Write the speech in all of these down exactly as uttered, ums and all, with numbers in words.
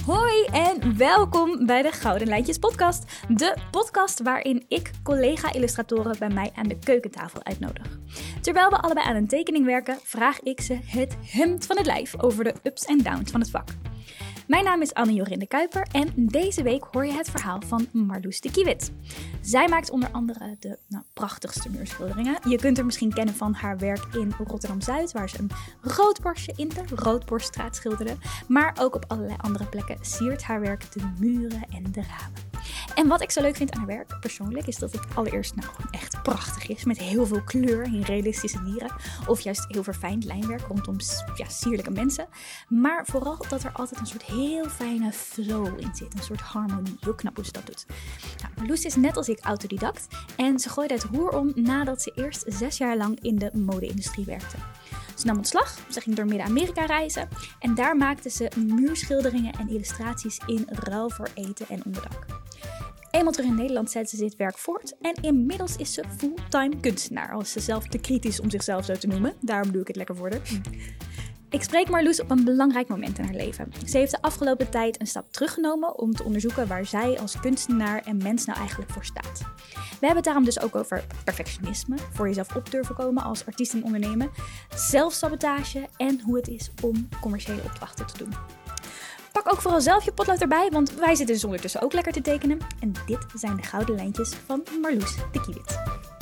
Hoi en welkom bij de Gouden Lijntjes podcast. De podcast waarin ik collega-illustratoren bij mij aan de keukentafel uitnodig. Terwijl we allebei aan een tekening werken, vraag ik ze het hemd van het lijf over de ups en downs van het vak. Mijn naam is Anne-Jorinde Kuiper en deze week hoor je het verhaal van Marloes de Kiewit. Zij maakt onder andere de nou, prachtigste muurschilderingen. Je kunt haar misschien kennen van haar werk in Rotterdam-Zuid, waar ze een roodborstje in de Roodborststraat schilderde. Maar ook op allerlei andere plekken siert haar werk de muren en de ramen. En wat ik zo leuk vind aan haar werk, persoonlijk, is dat het allereerst nou gewoon echt prachtig is. Met heel veel kleur en realistische dieren. Of juist heel verfijnd lijnwerk rondom ja, sierlijke mensen. Maar vooral dat er altijd een soort heel fijne flow in zit. Een soort harmonie. Heel knap hoe ze dat doet. Nou, Marloes is net als ik autodidact. En ze gooide het roer om nadat ze eerst zes jaar lang in de mode-industrie werkte. Ze nam ontslag, ze ging door Midden-Amerika reizen. En daar maakte ze muurschilderingen en illustraties in ruil voor eten en onderdak. Eenmaal terug in Nederland zette ze dit werk voort en inmiddels is ze fulltime kunstenaar, als ze zelf te kritisch om zichzelf zo te noemen. Daarom doe ik het lekker voor haar. Ik spreek Marloes op een belangrijk moment in haar leven. Ze heeft de afgelopen tijd een stap teruggenomen om te onderzoeken waar zij als kunstenaar en mens nou eigenlijk voor staat. We hebben het daarom dus ook over perfectionisme, voor jezelf op durven komen als artiest en ondernemer, zelfsabotage en hoe het is om commerciële opdrachten te doen. Pak ook vooral zelf je potlood erbij, want wij zitten dus ondertussen ook lekker te tekenen. En dit zijn de gouden lijntjes van Marloes de Kiewit.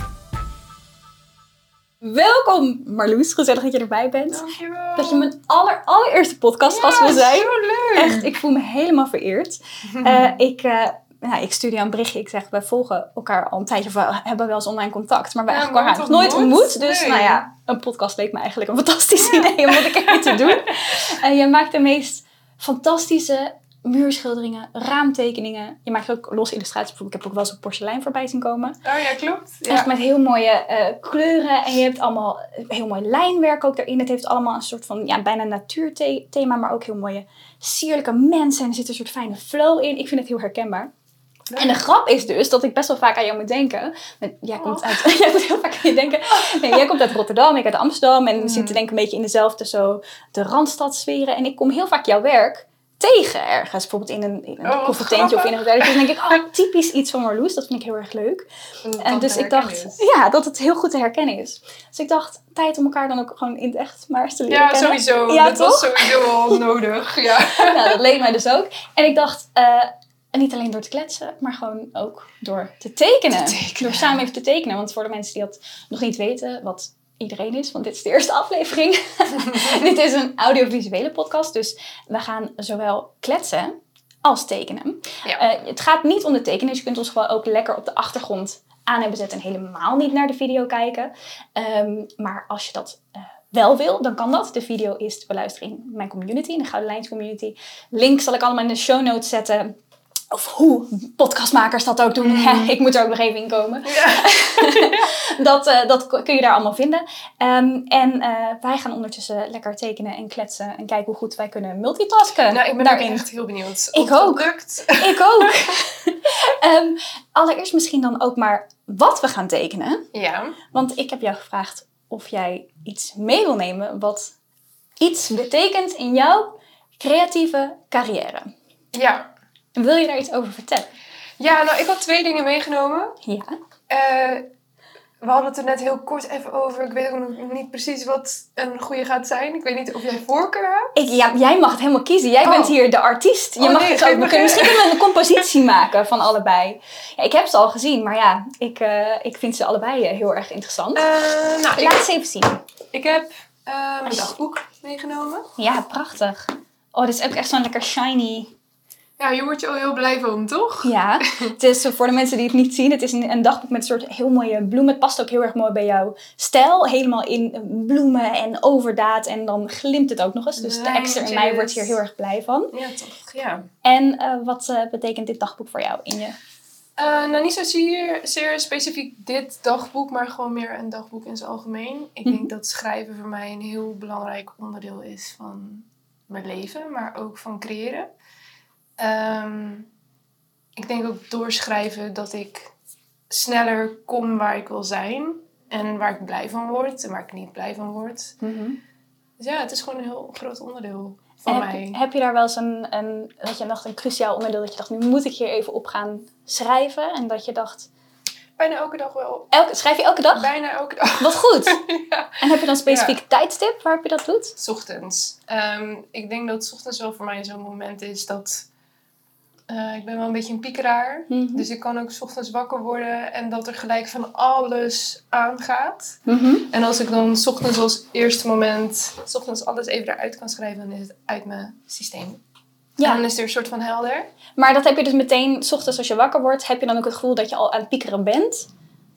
Welkom Marloes, gezellig dat je erbij bent. Dankjewel. Dat je mijn aller, allereerste podcastgast ja, wil zijn. Zo leuk. Echt, ik voel me helemaal vereerd. uh, ik, uh, nou, ik stuur jou een berichtje, ik zeg, wij volgen elkaar al een tijdje, of we hebben wel eens online contact, maar we ja, hebben elkaar nog nooit ontmoet. Dus nee. nou ja, een podcast leek me eigenlijk een fantastisch ja. idee om wat ik er te doen. Uh, je maakt de meest fantastische muurschilderingen, raamtekeningen. Je maakt ook losse illustraties. Bijvoorbeeld, ik heb ook wel eens een porselein voorbij zien komen. Oh ja, klopt. Ja. Echt met heel mooie uh, kleuren. En je hebt allemaal heel mooi lijnwerk ook erin. Het heeft allemaal een soort van ja, bijna natuurthema, maar ook heel mooie sierlijke mensen. En er zit een soort fijne flow in. Ik vind het heel herkenbaar. Ja. En de grap is dus dat ik best wel vaak aan jou moet denken. Jij komt oh. uit, jij moet heel vaak aan je denken. Nee, jij komt uit Rotterdam, ik uit Amsterdam. En we mm. zitten denk ik een beetje in dezelfde zo de Randstadsferen. En ik kom heel vaak jouw werk tegen ergens. Bijvoorbeeld in een, in een oh, koffietentje of in een hotel. Dus dan denk ik, oh, typisch iets van Marloes. Dat vind ik heel erg leuk. Dat en dus ik dacht, is. ja, dat het heel goed te herkennen is. Dus ik dacht, tijd om elkaar dan ook gewoon in het echt maar eens te leren ja, kennen. Sowieso. Ja, dat toch? was sowieso al nodig. Ja. Nou, dat leek mij dus ook. En ik dacht, uh, niet alleen door te kletsen, maar gewoon ook door te tekenen. Te tekenen. Door samen even te tekenen. Want voor de mensen die dat nog niet weten, wat iedereen is, want dit is de eerste aflevering. Dit is een audiovisuele podcast, dus we gaan zowel kletsen als tekenen. Ja. Uh, het gaat niet om de tekenen, dus je kunt ons gewoon ook lekker op de achtergrond aan hebben zetten en helemaal niet naar de video kijken. Um, maar als je dat uh, wel wil, dan kan dat. De video is te beluisteren in mijn community, in de Gouden Lijns community. Links zal ik allemaal in de show notes zetten. Of hoe podcastmakers dat ook doen. Mm. Ja, ik moet er ook nog even in komen. Ja. dat, uh, dat kun je daar allemaal vinden. Um, en uh, wij gaan ondertussen lekker tekenen en kletsen. En kijken hoe goed wij kunnen multitasken. Nou, ik ben daarin echt heel benieuwd. Ik ook. Ik ook. um, allereerst misschien dan ook maar wat we gaan tekenen. Ja. Want ik heb jou gevraagd of jij iets mee wil nemen wat iets betekent in jouw creatieve carrière. Ja. Wil je daar iets over vertellen? Ja, nou, ik had twee dingen meegenomen. Ja. Uh, we hadden het er net heel kort even over. Ik weet ook nog niet precies wat een goede gaat zijn. Ik weet niet of jij voorkeur hebt. Ik, ja, jij mag het helemaal kiezen. Jij oh. bent hier de artiest. Je oh, mag nee, het ook. We kunnen, misschien kunnen we een compositie maken van allebei. Ja, ik heb ze al gezien, maar ja, ik, uh, ik vind ze allebei heel erg interessant. Uh, nou, Laat ik, eens even zien. Ik heb uh, mijn dagboek meegenomen. Ja, prachtig. Oh, dit is ook echt zo'n lekker shiny. Ja, hier word je al heel blij van, toch? Ja, het is voor de mensen die het niet zien, het is een, een dagboek met een soort heel mooie bloemen. Het past ook heel erg mooi bij jouw stijl. Helemaal in bloemen en overdaad. En dan glimt het ook nog eens. Dus de extra in mij wordt hier heel erg blij van. Ja, toch? Ja. En uh, wat uh, betekent dit dagboek voor jou in je? Uh, nou, niet zozeer zeer specifiek dit dagboek, maar gewoon meer een dagboek in zijn algemeen. Ik Mm-hmm. denk dat schrijven voor mij een heel belangrijk onderdeel is van mijn leven, maar ook van creëren. Um, ik denk ook door schrijven dat ik sneller kom waar ik wil zijn. En waar ik blij van word en waar ik niet blij van word. Mm-hmm. Dus ja, het is gewoon een heel groot onderdeel. van heb, mij. Heb je daar wel eens een, een, dat je dacht, een cruciaal onderdeel dat je dacht, nu moet ik hier even op gaan schrijven? En dat je dacht... Bijna elke dag wel. Elke, schrijf je elke dag? Bijna elke dag. Wat goed. Ja. En heb je dan een specifiek Ja. tijdstip waarop je dat doet? 's Ochtends. Um, ik denk dat 's ochtends wel voor mij zo'n moment is dat... Uh, ik ben wel een beetje een piekeraar. Mm-hmm. Dus ik kan ook 's ochtends wakker worden en dat er gelijk van alles aangaat. Mm-hmm. En als ik dan 's ochtends als eerste moment... 's ochtends alles even eruit kan schrijven, dan is het uit mijn systeem. Ja. En dan is het er een soort van helder. Maar dat heb je dus meteen, 's ochtends als je wakker wordt, heb je dan ook het gevoel dat je al aan het piekeren bent?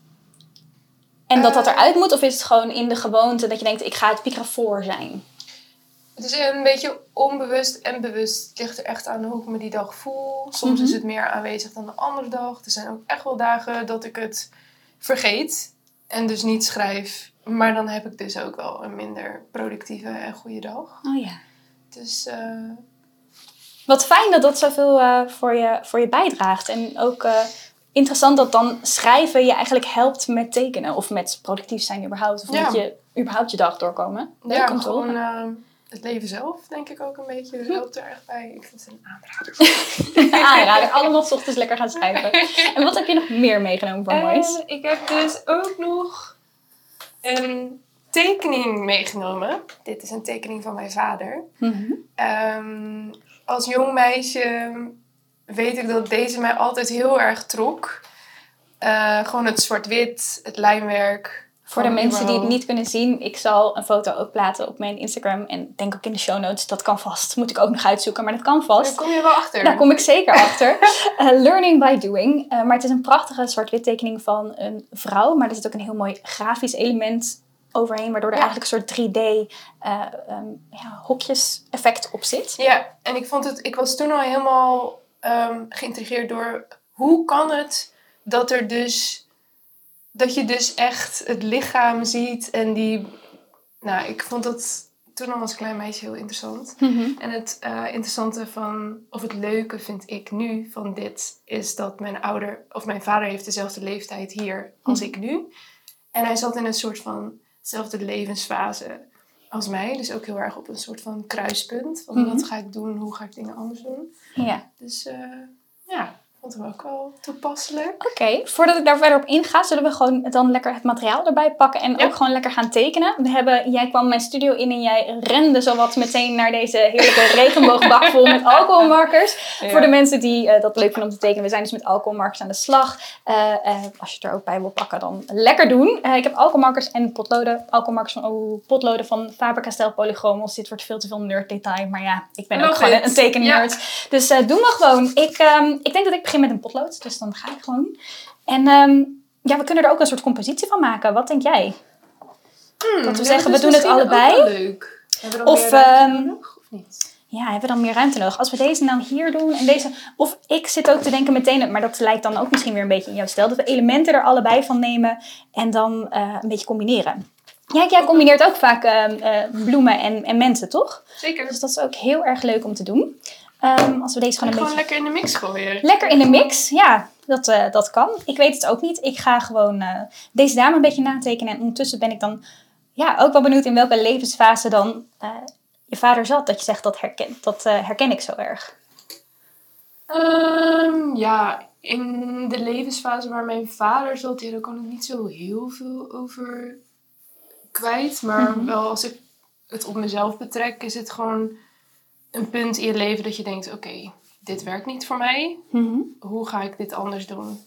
En dat dat Uh, eruit moet? Of is het gewoon in de gewoonte dat je denkt, ik ga het piekeren voor zijn? Het is een beetje onbewust en bewust. Het ligt er echt aan hoe ik me die dag voel. Soms mm-hmm. is het meer aanwezig dan de andere dag. Er zijn ook echt wel dagen dat ik het vergeet en dus niet schrijf. Maar dan heb ik dus ook wel een minder productieve en goede dag. Oh ja. Dus... Uh... Wat fijn dat dat zoveel uh, voor, je, voor je bijdraagt. En ook uh, interessant dat dan schrijven je eigenlijk helpt met tekenen. Of met productief zijn überhaupt. Of ja. met je überhaupt je dag doorkomen. Leuk ja, om te gewoon uh, het leven zelf denk ik ook een beetje. Dat helpt er echt bij. Ik vind het een aanrader. Een aanrader. Allemaal 's ochtends lekker gaan schrijven. En wat heb je nog meer meegenomen voor moois? Uh, ik heb dus ook nog een tekening meegenomen. Dit is een tekening van mijn vader. Mm-hmm. Um, als jong meisje weet ik dat deze mij altijd heel erg trok. Uh, gewoon het zwart-wit, het lijnwerk. Voor de mensen die het niet kunnen zien, ik zal een foto ook plaatsen op mijn Instagram. En denk ook in de show notes, dat kan vast. Moet ik ook nog uitzoeken, maar dat kan vast. Daar kom je wel achter. Daar kom ik zeker achter. Uh, learning by doing. Uh, maar het is een prachtige zwart-wit tekening van een vrouw. Maar er zit ook een heel mooi grafisch element overheen, waardoor er ja. eigenlijk een soort drie D uh, um, ja, hokjes effect op zit. Ja, en ik vond het, ik was toen al helemaal um, geïntrigeerd door hoe kan het dat er dus, dat je dus echt het lichaam ziet en die, nou, ik vond dat toen al als klein meisje heel interessant. Mm-hmm. En het uh, interessante van, of het leuke vind ik nu van dit, is dat mijn ouder, of mijn vader heeft dezelfde leeftijd hier als mm-hmm. ik nu. En hij zat in een soort van dezelfde levensfase als mij. Dus ook heel erg op een soort van kruispunt. Van mm-hmm. wat ga ik doen? Hoe ga ik dingen anders doen? Ja. Dus uh, ja, vond ik ook wel toepasselijk. Oké, okay. Voordat ik daar verder op inga, zullen we gewoon dan lekker het materiaal erbij pakken. En ja. ook gewoon lekker gaan tekenen. We hebben, jij kwam mijn studio in en jij rende zowat meteen naar deze heerlijke regenboogbak vol met alcoholmarkers. Ja. Voor de mensen die uh, dat leuk vinden om te tekenen. We zijn dus met alcoholmarkers aan de slag. Uh, uh, als je het er ook bij wil pakken, dan lekker doen. Uh, ik heb alcoholmarkers en potloden. Alcoholmarkers van oh, potloden van Faber-Castell Polychromos. Dit wordt veel te veel nerd-detail. Maar ja, ik ben Love ook gewoon it. een tekennerd. Ja. Dus uh, doen we gewoon. Ik, um, ik denk dat ik begin met een potlood. Dus dan ga ik gewoon. En um, ja, we kunnen er ook een soort compositie van maken. Wat denk jij? Hmm, dat we ja, zeggen, dat we doen het allebei. Ook wel leuk. Hebben we dan of, meer ruimte um, nodig, of niet? Ja, hebben we dan meer ruimte nodig? Als we deze nou hier doen en deze... Of ik zit ook te denken meteen... Maar dat lijkt dan ook misschien weer een beetje in jouw stijl. Dat we elementen er allebei van nemen. En dan uh, een beetje combineren. Ja, jij combineert ook vaak uh, uh, bloemen en, en mensen, toch? Zeker. Dus dat is ook heel erg leuk om te doen. Um, als we deze gewoon een gewoon beetje... lekker in de mix gooien. Lekker in de mix, ja. Dat, uh, dat kan. Ik weet het ook niet. Ik ga gewoon uh, deze dame een beetje natekenen. En ondertussen ben ik dan ja, ook wel benieuwd in welke levensfase dan uh, je vader zat. Dat je zegt dat herkent. Dat uh, herken ik zo erg. Um, ja, in de levensfase waar mijn vader zat, ja, daar kan ik niet zo heel veel over kwijt. Maar mm-hmm. wel als ik het op mezelf betrek, is het gewoon een punt in je leven dat je denkt, oké, okay, dit werkt niet voor mij. Mm-hmm. Hoe ga ik dit anders doen?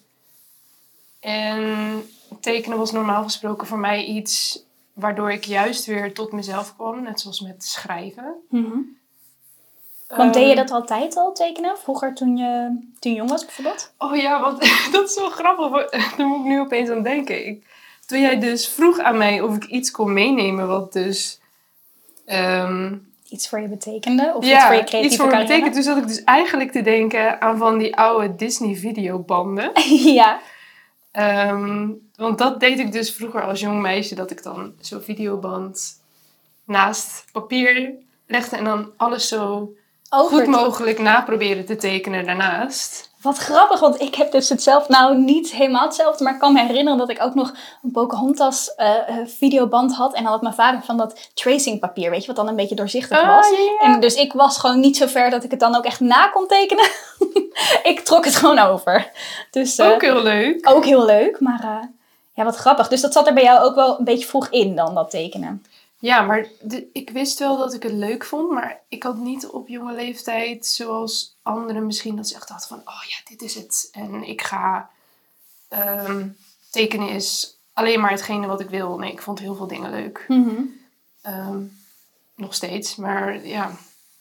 En tekenen was normaal gesproken voor mij iets waardoor ik juist weer tot mezelf kwam. Net zoals met schrijven. Mm-hmm. Want um, deed je dat altijd al, tekenen? Vroeger toen je, toen je jong was bijvoorbeeld? Oh ja, want dat is zo grappig. Daar moet ik nu opeens aan denken. Ik, toen jij dus vroeg aan mij of ik iets kon meenemen wat dus... Um, iets voor je betekende? Of ja, iets voor je creatieve iets voor me carrière? betekent. Toen zat ik dus eigenlijk te denken aan van die oude Disney videobanden. Ja. Um, want dat deed ik dus vroeger als jong meisje. Dat ik dan zo'n videoband naast papier legde. En dan alles zo Over goed mogelijk naproberen te tekenen daarnaast. Wat grappig, want ik heb dus hetzelfde, nou niet helemaal hetzelfde, maar ik kan me herinneren dat ik ook nog een Pocahontas uh, videoband had. En dan had mijn vader van dat tracingpapier, weet je, wat dan een beetje doorzichtig was. Oh, yeah. En dus ik was gewoon niet zo ver dat ik het dan ook echt na kon tekenen. Ik trok het gewoon over. Dus, uh, ook heel leuk. Ook heel leuk, maar uh, ja, wat grappig. Dus dat zat er bij jou ook wel een beetje vroeg in dan, dat tekenen. Ja, maar de, ik wist wel dat ik het leuk vond, maar ik had niet op jonge leeftijd, zoals anderen misschien, dat ze echt dachten van, oh ja, dit is het. En ik ga um, tekenen is alleen maar hetgene wat ik wil. Nee, ik vond heel veel dingen leuk. Mm-hmm. Um, nog steeds, maar ja.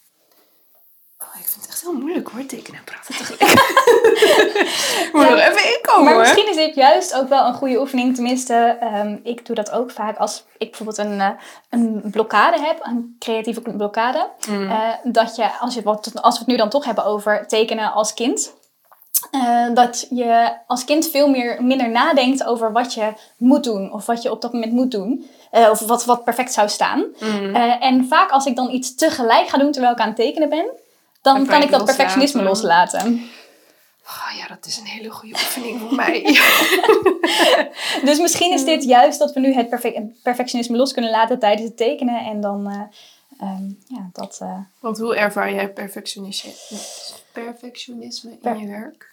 Oh, ik vind het echt heel moeilijk hoor, tekenen en praten tegelijk. Moet ja, nog even inkomen. Maar hoor. misschien is dit juist ook wel een goede oefening. Tenminste, um, ik doe dat ook vaak als ik bijvoorbeeld een, uh, een blokkade heb. Een creatieve blokkade. Mm. Uh, dat je, als, je wat, als we het nu dan toch hebben over tekenen als kind. Uh, dat je als kind veel meer, minder nadenkt over wat je moet doen. Of wat je op dat moment moet doen. Uh, of wat, wat perfect zou staan. Mm. Uh, en vaak als ik dan iets tegelijk ga doen terwijl ik aan het tekenen ben. Dan kan, kan ik dat perfectionisme loslaten. loslaten. Oh ja, dat is een hele goede oefening voor mij. Dus misschien is dit juist dat we nu het perfect, perfectionisme los kunnen laten tijdens het tekenen. En dan, uh, um, ja, dat... Uh... Want hoe ervaar jij perfectionisme, perfectionisme in per- je werk?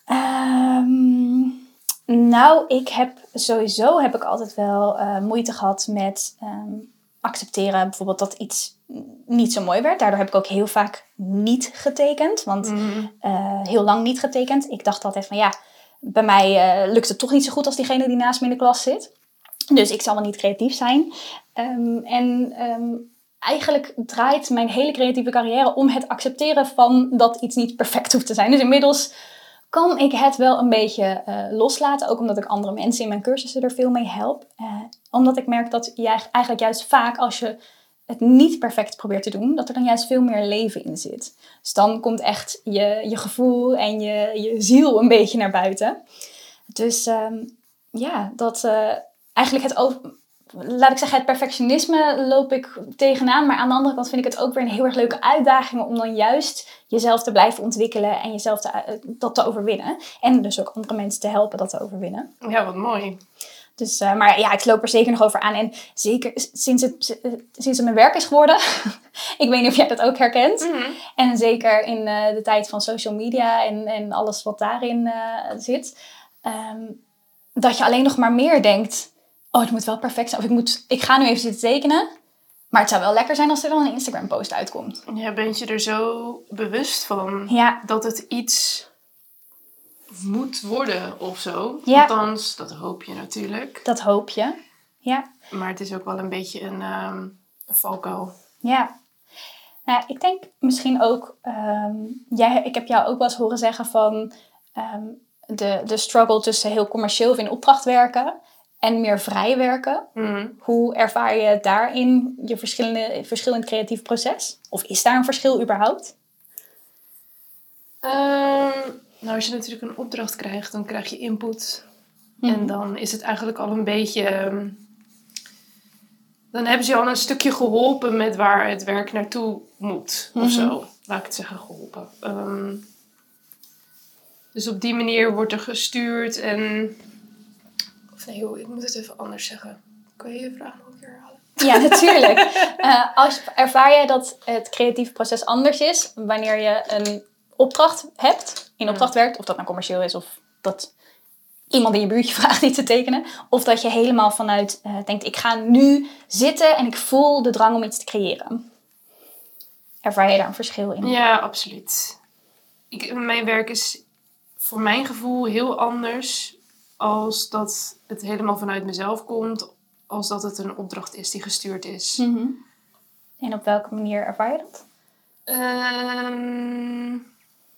Um, nou, ik heb sowieso heb ik altijd wel uh, moeite gehad met um, accepteren bijvoorbeeld dat iets niet zo mooi werd. Daardoor heb ik ook heel vaak niet getekend. Want mm. uh, heel lang niet getekend. Ik dacht altijd van ja, bij mij uh, lukt het toch niet zo goed als diegene die naast me in de klas zit. Dus ik zal wel niet creatief zijn. Um, en um, eigenlijk draait mijn hele creatieve carrière om het accepteren van dat iets niet perfect hoeft te zijn. Dus inmiddels kan ik het wel een beetje uh, loslaten. Ook omdat ik andere mensen in mijn cursussen er veel mee help. Uh, omdat ik merk dat je eigenlijk juist vaak als je het niet perfect probeert te doen, dat er dan juist veel meer leven in zit. Dus dan komt echt je, je gevoel en je, je ziel een beetje naar buiten. Dus um, ja, dat uh, eigenlijk het over, laat ik zeggen, het perfectionisme loop ik tegenaan. Maar aan de andere kant vind ik het ook weer een heel erg leuke uitdaging om dan juist jezelf te blijven ontwikkelen en jezelf te, uh, dat te overwinnen. En dus ook andere mensen te helpen dat te overwinnen. Ja, wat mooi. Dus, uh, maar ja, ik loop er zeker nog over aan. En zeker sinds het, uh, sinds het mijn werk is geworden. Ik weet niet of jij dat ook herkent. Mm-hmm. En zeker in uh, de tijd van social media en, en alles wat daarin uh, zit. Um, dat je alleen nog maar meer denkt. Oh, het moet wel perfect zijn. Of ik, moet, ik ga nu even zitten tekenen. Maar het zou wel lekker zijn als er dan een Instagram post uitkomt. Ja, ben je er zo bewust van ja. dat het iets moet worden of zo. Ja. Althans, dat hoop je natuurlijk. Dat hoop je, ja. Maar het is ook wel een beetje een, um, een valkuil. Ja. Nou, ik denk misschien ook... Um, jij, ik heb jou ook wel eens horen zeggen van... Um, de, de struggle tussen heel commercieel of in opdracht werken... en meer vrij werken. Mm. Hoe ervaar je daarin je verschillende, verschillend creatief proces? Of is daar een verschil überhaupt? Um... Nou, als je natuurlijk een opdracht krijgt, dan krijg je input. Mm-hmm. En dan is het eigenlijk al een beetje... Dan hebben ze je al een stukje geholpen met waar het werk naartoe moet. Mm-hmm. Of zo. Laat ik het zeggen, geholpen. Um, dus op die manier wordt er gestuurd en... Of nee, joh, ik moet het even anders zeggen. Kan je je vraag nog een keer herhalen? Ja, natuurlijk. uh, als, ervaar jij dat het creatieve proces anders is wanneer je een opdracht hebt... in opdracht werkt, of dat nou commercieel is... of dat iemand in je buurtje vraagt iets te tekenen... of dat je helemaal vanuit uh, denkt... ik ga nu zitten en ik voel de drang om iets te creëren. Ervaar je daar een verschil in? Ja, absoluut. Ik, mijn werk is voor mijn gevoel heel anders... als dat het helemaal vanuit mezelf komt... als dat het een opdracht is die gestuurd is. Mm-hmm. En op welke manier ervaar je dat? Um...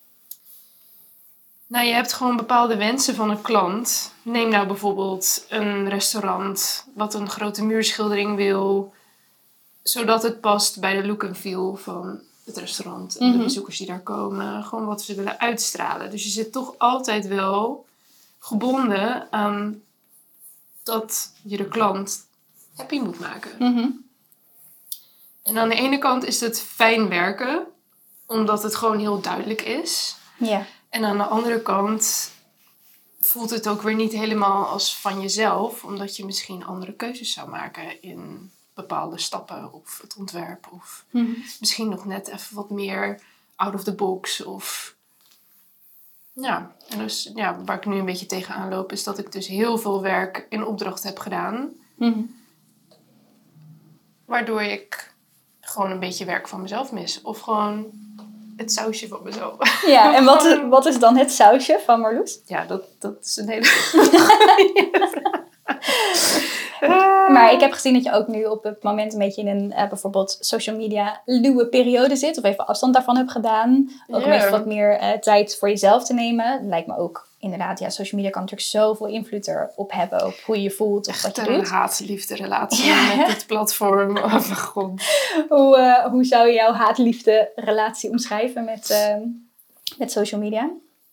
Nou, je hebt gewoon bepaalde wensen van een klant. Neem nou bijvoorbeeld een restaurant wat een grote muurschildering wil, zodat het past bij de look en feel van het restaurant en mm-hmm. de bezoekers die daar komen. Gewoon wat ze willen uitstralen. Dus je zit toch altijd wel gebonden aan dat je de klant happy moet maken. Mm-hmm. En aan de ene kant is het fijn werken, omdat het gewoon heel duidelijk is. Ja. En aan de andere kant voelt het ook weer niet helemaal als van jezelf, omdat je misschien andere keuzes zou maken in bepaalde stappen of het ontwerp. Of mm-hmm. misschien nog net even wat meer out of the box. Of ja, en dus ja, waar ik nu een beetje tegenaan loop, is dat ik dus heel veel werk in opdracht heb gedaan. Mm-hmm. Waardoor ik gewoon een beetje werk van mezelf mis. Of gewoon het sausje van mezelf. Ja, en wat, is, wat is dan het sausje van Marloes? Ja, dat, dat is een hele vraag. Maar ik heb gezien dat je ook nu op het moment een beetje in een uh, bijvoorbeeld social media luwe periode zit. Of even afstand daarvan hebt gedaan. Ook yeah. om even wat meer uh, tijd voor jezelf te nemen. Lijkt me ook inderdaad, ja, social media kan natuurlijk zoveel invloed erop hebben. Op hoe je je voelt of wat je doet. Echt een haat-liefde relatie ja. met dit platform. Oh mijn god. Hoe, uh, hoe zou je jouw haat-liefde relatie omschrijven met, uh, met social media?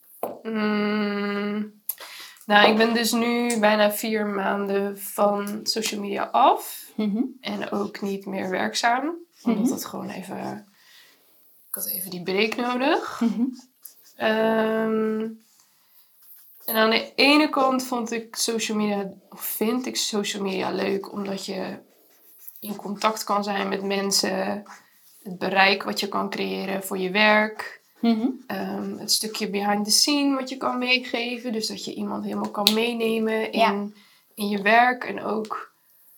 Mm. Nou, ik ben dus nu bijna vier maanden van social media af. Mm-hmm. En ook niet meer werkzaam. Omdat mm-hmm. het gewoon even... Ik had even die break nodig. Mm-hmm. Um, en aan de ene kant vond ik social media... Of vind ik social media leuk. Omdat je in contact kan zijn met mensen. Het bereik wat je kan creëren voor je werk. Mm-hmm. Um, het stukje behind the scene wat je kan meegeven. Dus dat je iemand helemaal kan meenemen in, ja. in je werk. En ook...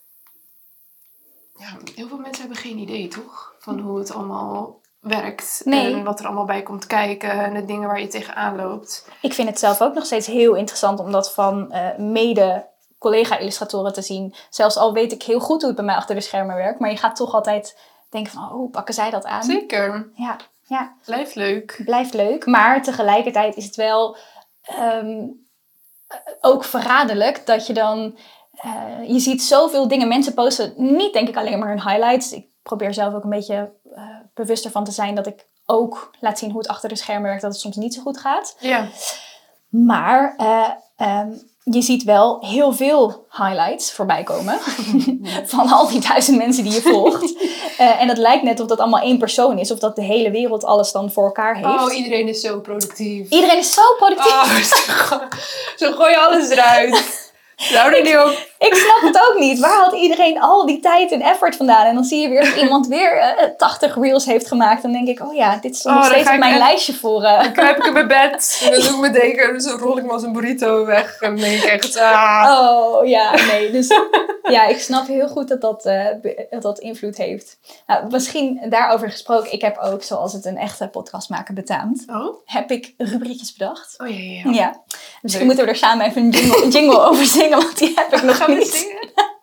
Ja, heel veel mensen hebben geen idee, toch? Van hoe het allemaal werkt. Nee. En wat er allemaal bij komt kijken. En de dingen waar je tegenaan loopt. Ik vind het zelf ook nog steeds heel interessant om dat van uh, mede collega-illustratoren te zien. Zelfs al weet ik heel goed hoe het bij mij achter de schermen werkt. Maar je gaat toch altijd denken van, oh, hoe pakken zij dat aan? Zeker. Ja. Ja. Blijft leuk. Blijft leuk, maar tegelijkertijd is het wel um, ook verraderlijk dat je dan... Uh, je ziet zoveel dingen. Mensen posten niet, denk ik, alleen maar hun highlights. Ik probeer zelf ook een beetje uh, bewust ervan te zijn dat ik ook laat zien hoe het achter de schermen werkt. Dat het soms niet zo goed gaat. Ja. Maar... Uh, um, je ziet wel heel veel highlights voorbij komen. Van al die duizend mensen die je volgt. uh, en het lijkt net of dat allemaal één persoon is. Of dat de hele wereld alles dan voor elkaar heeft. Oh, iedereen is zo productief. Iedereen is zo productief. Oh, zo, zo gooi je alles eruit. Nou, er niet op. Ik snap het ook niet. Waar haalt iedereen al die tijd en effort vandaan? En dan zie je weer dat iemand weer uh, tachtig reels heeft gemaakt. Dan denk ik, oh ja, dit is oh, nog steeds op mijn echt, lijstje voor... Uh... Dan kruip ik in mijn bed. En dan doe ik mijn deken. En dan rol ik me als een burrito weg. En dan denk ik echt... Ah. Oh, ja, nee. Dus ja, ik snap heel goed dat dat, uh, dat, dat invloed heeft. Nou, misschien daarover gesproken. Ik heb ook, zoals het een echte podcastmaker betaamt... Oh? Heb ik rubriekjes bedacht. Oh, ja, ja, ja. ja. Misschien moeten we er samen even een jingle, een jingle over zingen. Want die heb ik nog Gaan niet. We zingen?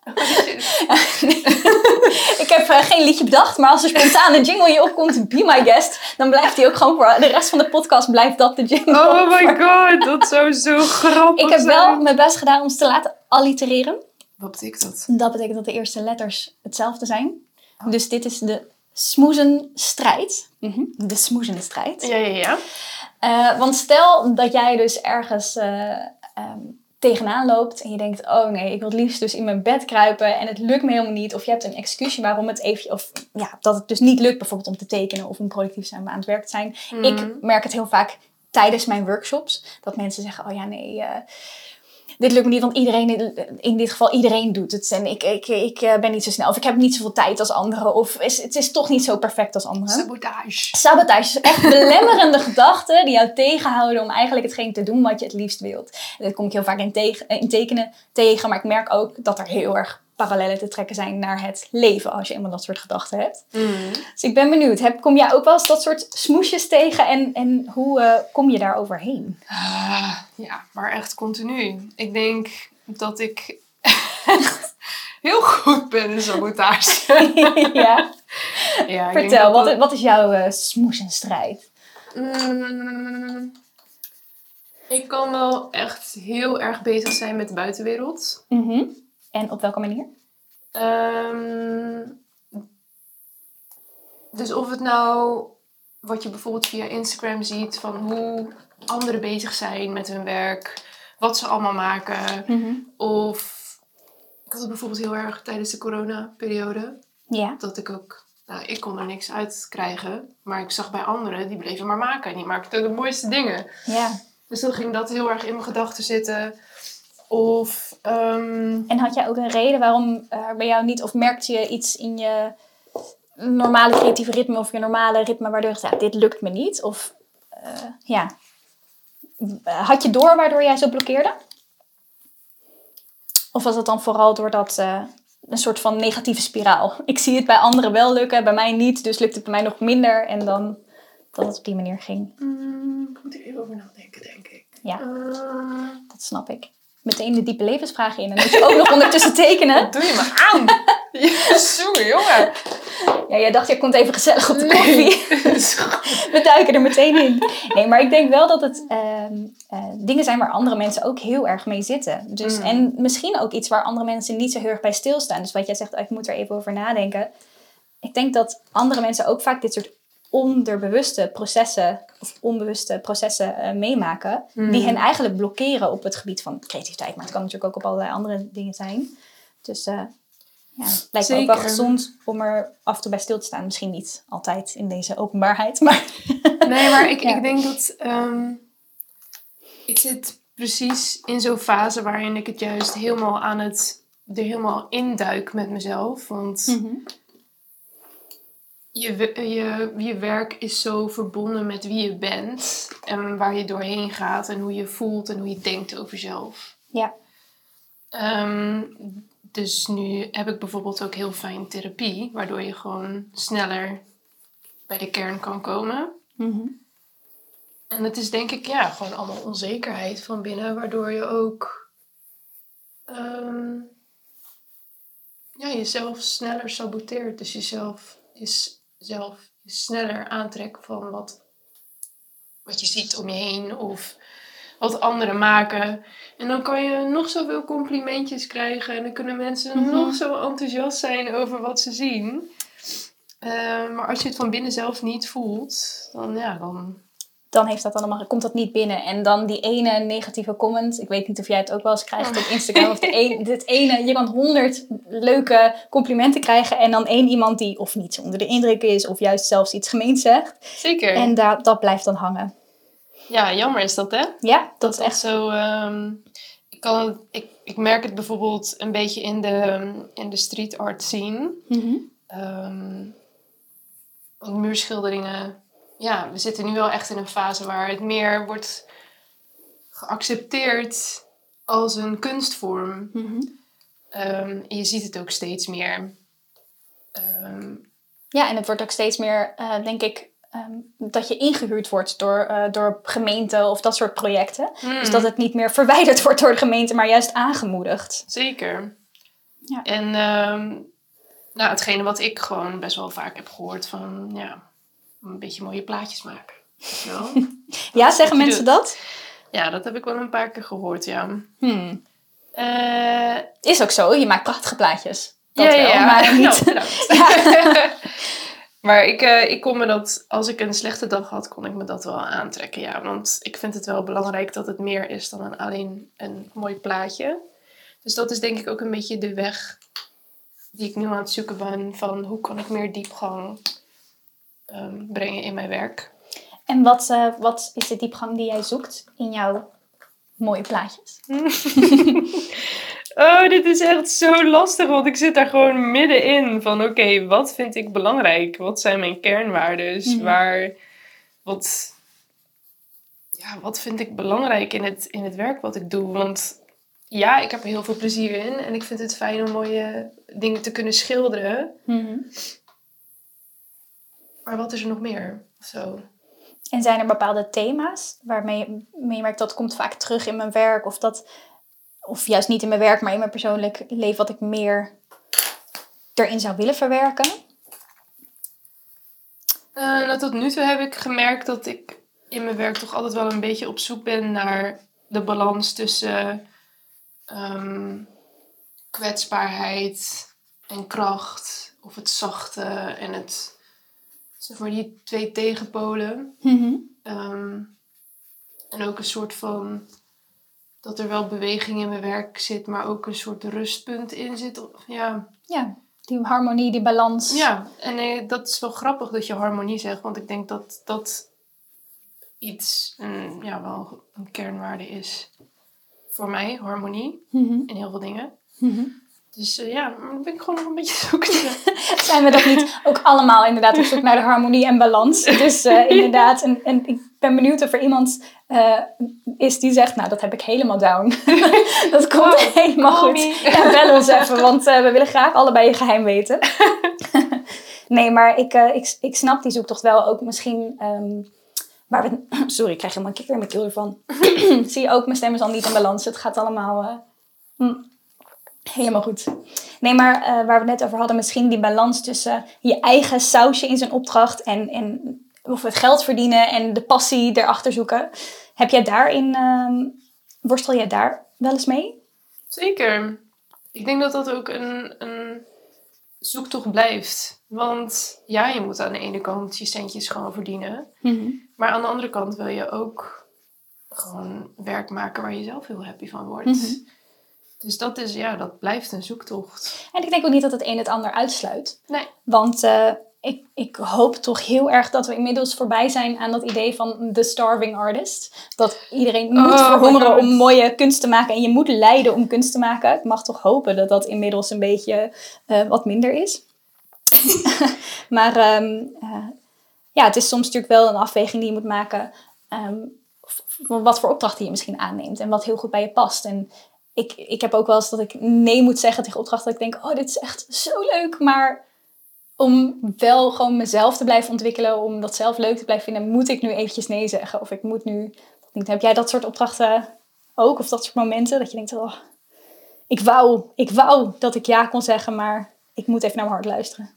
nee. Ik heb uh, geen liedje bedacht, maar als er spontaan een jingle in je opkomt, be my guest, dan blijft die ook gewoon voor de rest van de podcast, blijft dat de jingle. Oh my god, dat zou zo grappig Ik heb zijn. wel mijn best gedaan om ze te laten allitereren. Wat betekent dat? Dat betekent dat de eerste letters hetzelfde zijn. Oh. Dus dit is de smoezenstrijd. Mm-hmm. De smoezenstrijd. Ja, ja, ja. Uh, want stel dat jij dus ergens... Uh, um, tegenaan loopt en je denkt, oh nee, ik wil het liefst dus in mijn bed kruipen en het lukt me helemaal niet. Of je hebt een excuusje waarom het even, of ja, dat het dus niet lukt bijvoorbeeld om te tekenen of om productief zijn, om aan het werk te zijn. Mm. Ik merk het heel vaak tijdens mijn workshops, dat mensen zeggen, oh ja, nee, uh, dit lukt me niet, want iedereen, in dit geval iedereen doet het. En ik, ik, ik ben niet zo snel. Of ik heb niet zoveel tijd als anderen. Of is, het is toch niet zo perfect als anderen. Sabotage. Sabotage. Echt belemmerende gedachten die jou tegenhouden om eigenlijk hetgeen te doen wat je het liefst wilt. En dat kom ik heel vaak in, tegen, in tekenen tegen. Maar ik merk ook dat er heel erg parallellen te trekken zijn naar het leven. Als je eenmaal dat soort gedachten hebt. Mm. Dus ik ben benieuwd. Heb, kom jij ook wel eens dat soort smoesjes tegen? En, en hoe uh, kom je daar overheen? Uh, ja, maar echt continu. Ik denk dat ik echt heel goed ben in sabotage. ja. ja Vertel, wat, dat... wat is jouw uh, smoesenstrijd? Mm, ik kan wel echt heel erg bezig zijn met de buitenwereld. Mm-hmm. En op welke manier? Um, dus of het nou, wat je bijvoorbeeld via Instagram ziet, van hoe anderen bezig zijn met hun werk, wat ze allemaal maken. Mm-hmm. Of, ik had het bijvoorbeeld heel erg tijdens de corona-periode. Ja. Dat ik ook Nou, ik kon er niks uit krijgen. Maar ik zag bij anderen, die bleven maar maken. Die maakten de mooiste dingen. Ja. Dus dan ging dat heel erg in mijn gedachten zitten. Of... Um... En had jij ook een reden waarom uh, bij jou niet... Of merkte je iets in je normale creatieve ritme... of je normale ritme waardoor je dacht... Ja, dit lukt me niet? Of uh, ja... Had je door waardoor jij zo blokkeerde? Of was het dan vooral doordat... Uh, een soort van negatieve spiraal. Ik zie het bij anderen wel lukken, bij mij niet. Dus lukt het bij mij nog minder. En dan dat het op die manier ging. Mm, moet ik even over nadenken, denk ik. Ja, uh... dat snap ik. Meteen de diepe levensvragen in. En moet je ook nog ondertussen tekenen. Wat doe je me aan? Sorry, jongen. Ja, jij dacht, je komt even gezellig op de koffie. Nee. We duiken er meteen in. Nee, maar ik denk wel dat het uh, uh, dingen zijn waar andere mensen ook heel erg mee zitten. Dus, mm. En misschien ook iets waar andere mensen niet zo heel erg bij stilstaan. Dus wat jij zegt, ik moet er even over nadenken. Ik denk dat andere mensen ook vaak dit soort onderbewuste processen of onbewuste processen uh, meemaken. Mm. Die hen eigenlijk blokkeren op het gebied van creativiteit. Maar het kan natuurlijk ook op allerlei andere dingen zijn. Dus... Uh, Ja, het lijkt me ook wel gezond om er af en toe bij stil te staan. Misschien niet altijd in deze openbaarheid, maar... Nee, maar ik, ja. ik denk dat... Um, ik zit precies in zo'n fase waarin ik het juist helemaal aan het... er helemaal induik met mezelf. Want mm-hmm. je, je, je werk is zo verbonden met wie je bent. En waar je doorheen gaat. En hoe je voelt en hoe je denkt over jezelf. Ja. Um, Dus nu heb ik bijvoorbeeld ook heel fijn therapie. Waardoor je gewoon sneller bij de kern kan komen. Mm-hmm. En het is denk ik ja, gewoon allemaal onzekerheid van binnen. Waardoor je ook um, ja, jezelf sneller saboteert. Dus jezelf, jezelf sneller aantrekt van wat, wat je ziet om je heen. Of... wat anderen maken. En dan kan je nog zoveel complimentjes krijgen. En dan kunnen mensen mm-hmm. nog zo enthousiast zijn over wat ze zien. Uh, maar als je het van binnen zelf niet voelt, dan ja, dan... Dan heeft dat allemaal, komt dat niet binnen. En dan die ene negatieve comment. Ik weet niet of jij het ook wel eens krijgt op Instagram. Of de een, dit ene, je kan honderd leuke complimenten krijgen. En dan één iemand die of niet zo onder de indruk is. Of juist zelfs iets gemeens zegt. Zeker. En da- dat blijft dan hangen. Ja, jammer is dat, hè? Ja, dat, dat is echt zo. Um, ik, kan, ik, ik merk het bijvoorbeeld een beetje in de, in de street art scene. Mm-hmm. Um, want muurschilderingen. Ja, we zitten nu wel echt in een fase waar het meer wordt geaccepteerd als een kunstvorm. Mm-hmm. Um, en je ziet het ook steeds meer. Um, ja, en het wordt ook steeds meer, uh, denk ik. Um, dat je ingehuurd wordt door, uh, door gemeenten of dat soort projecten. Mm. Dus dat het niet meer verwijderd wordt door de gemeente, maar juist aangemoedigd. Zeker. Ja. En um, nou, hetgene wat ik gewoon best wel vaak heb gehoord van, ja, een beetje mooie plaatjes maken. Zo. Ja, zeggen mensen doet. dat? Ja, dat heb ik wel een paar keer gehoord, ja. Hmm. Uh, Is ook zo, je maakt prachtige plaatjes. Dat ja, wel, ja, maar niet. Nou, ja. Maar ik, uh, ik kon me dat, als ik een slechte dag had, kon ik me dat wel aantrekken, ja. Want ik vind het wel belangrijk dat het meer is dan een, alleen een mooi plaatje. Dus dat is denk ik ook een beetje de weg die ik nu aan het zoeken ben. Van hoe kan ik meer diepgang um, brengen in mijn werk. En wat, uh, wat is de diepgang die jij zoekt in jouw mooie plaatjes? Oh, dit is echt zo lastig, want ik zit daar gewoon middenin. Van oké, okay, wat vind ik belangrijk? Wat zijn mijn kernwaarden? Mm-hmm. Waar, wat, ja, wat vind ik belangrijk in het, in het werk wat ik doe? Want ja, ik heb er heel veel plezier in. En ik vind het fijn om mooie dingen te kunnen schilderen. Mm-hmm. Maar wat is er nog meer? Zo. En zijn er bepaalde thema's waarmee je merkt dat komt vaak terug in mijn werk? Of dat... Of juist niet in mijn werk, maar in mijn persoonlijk leven... wat ik meer erin zou willen verwerken? Uh, nou, tot nu toe heb ik gemerkt dat ik in mijn werk toch altijd wel een beetje op zoek ben naar de balans tussen um, kwetsbaarheid en kracht. Of het zachte en het, zeg maar, die twee tegenpolen. Mm-hmm. Um, en ook een soort van... dat er wel beweging in mijn werk zit, maar ook een soort rustpunt in zit. Ja. Ja. Die harmonie, die balans. Ja, en eh, dat is wel grappig dat je harmonie zegt. Want ik denk dat dat iets, een, ja, wel een kernwaarde is voor mij. Harmonie Mm-hmm. in heel veel dingen. Mm-hmm. Dus uh, ja, dan ben ik gewoon nog een beetje zoekende. Zijn we dat niet ook allemaal inderdaad op zoek naar de harmonie en balans? Dus uh, inderdaad, en, en ik ben benieuwd of er iemand uh, is die zegt, nou dat heb ik helemaal down. Dat komt oh, helemaal goed. Ja, bel ons even, want uh, we willen graag allebei je geheim weten. Nee, maar ik, uh, ik, ik snap die zoektocht wel ook misschien... Um, maar we, sorry, ik krijg helemaal een kikker in mijn keel ervan. Zie je ook, mijn stem is al niet in balans. Het gaat allemaal... Uh, mm. Helemaal goed. Nee, maar uh, waar we het net over hadden, misschien die balans tussen je eigen sausje in zijn opdracht en, en of het geld verdienen en de passie erachter zoeken. Heb jij daarin, uh, worstel jij daar wel eens mee? Zeker. Ik denk dat dat ook een, een zoektocht blijft. Want ja, je moet aan de ene kant je centjes gewoon verdienen. Mm-hmm. Maar aan de andere kant wil je ook gewoon werk maken waar je zelf heel happy van wordt. Mm-hmm. Dus dat is, ja, dat blijft een zoektocht. En ik denk ook niet dat het een het ander uitsluit. Nee. Want uh, ik, ik hoop toch heel erg dat we inmiddels voorbij zijn aan dat idee van the starving artist. Dat iedereen moet oh, verhongeren om mooie kunst te maken. En je moet lijden om kunst te maken. Ik mag toch hopen dat dat inmiddels een beetje uh, wat minder is. Maar um, uh, ja, het is soms natuurlijk wel een afweging die je moet maken. Um, wat voor opdrachten je misschien aanneemt. En wat heel goed bij je past. En Ik, ik heb ook wel eens dat ik nee moet zeggen tegen opdrachten. Dat ik denk, oh, dit is echt zo leuk. Maar om wel gewoon mezelf te blijven ontwikkelen. Om dat zelf leuk te blijven vinden. Moet ik nu eventjes nee zeggen. Of ik moet nu... Heb jij dat soort opdrachten ook? Of dat soort momenten? Dat je denkt, oh, ik wou, ik wou dat ik ja kon zeggen. Maar ik moet even naar mijn hart luisteren.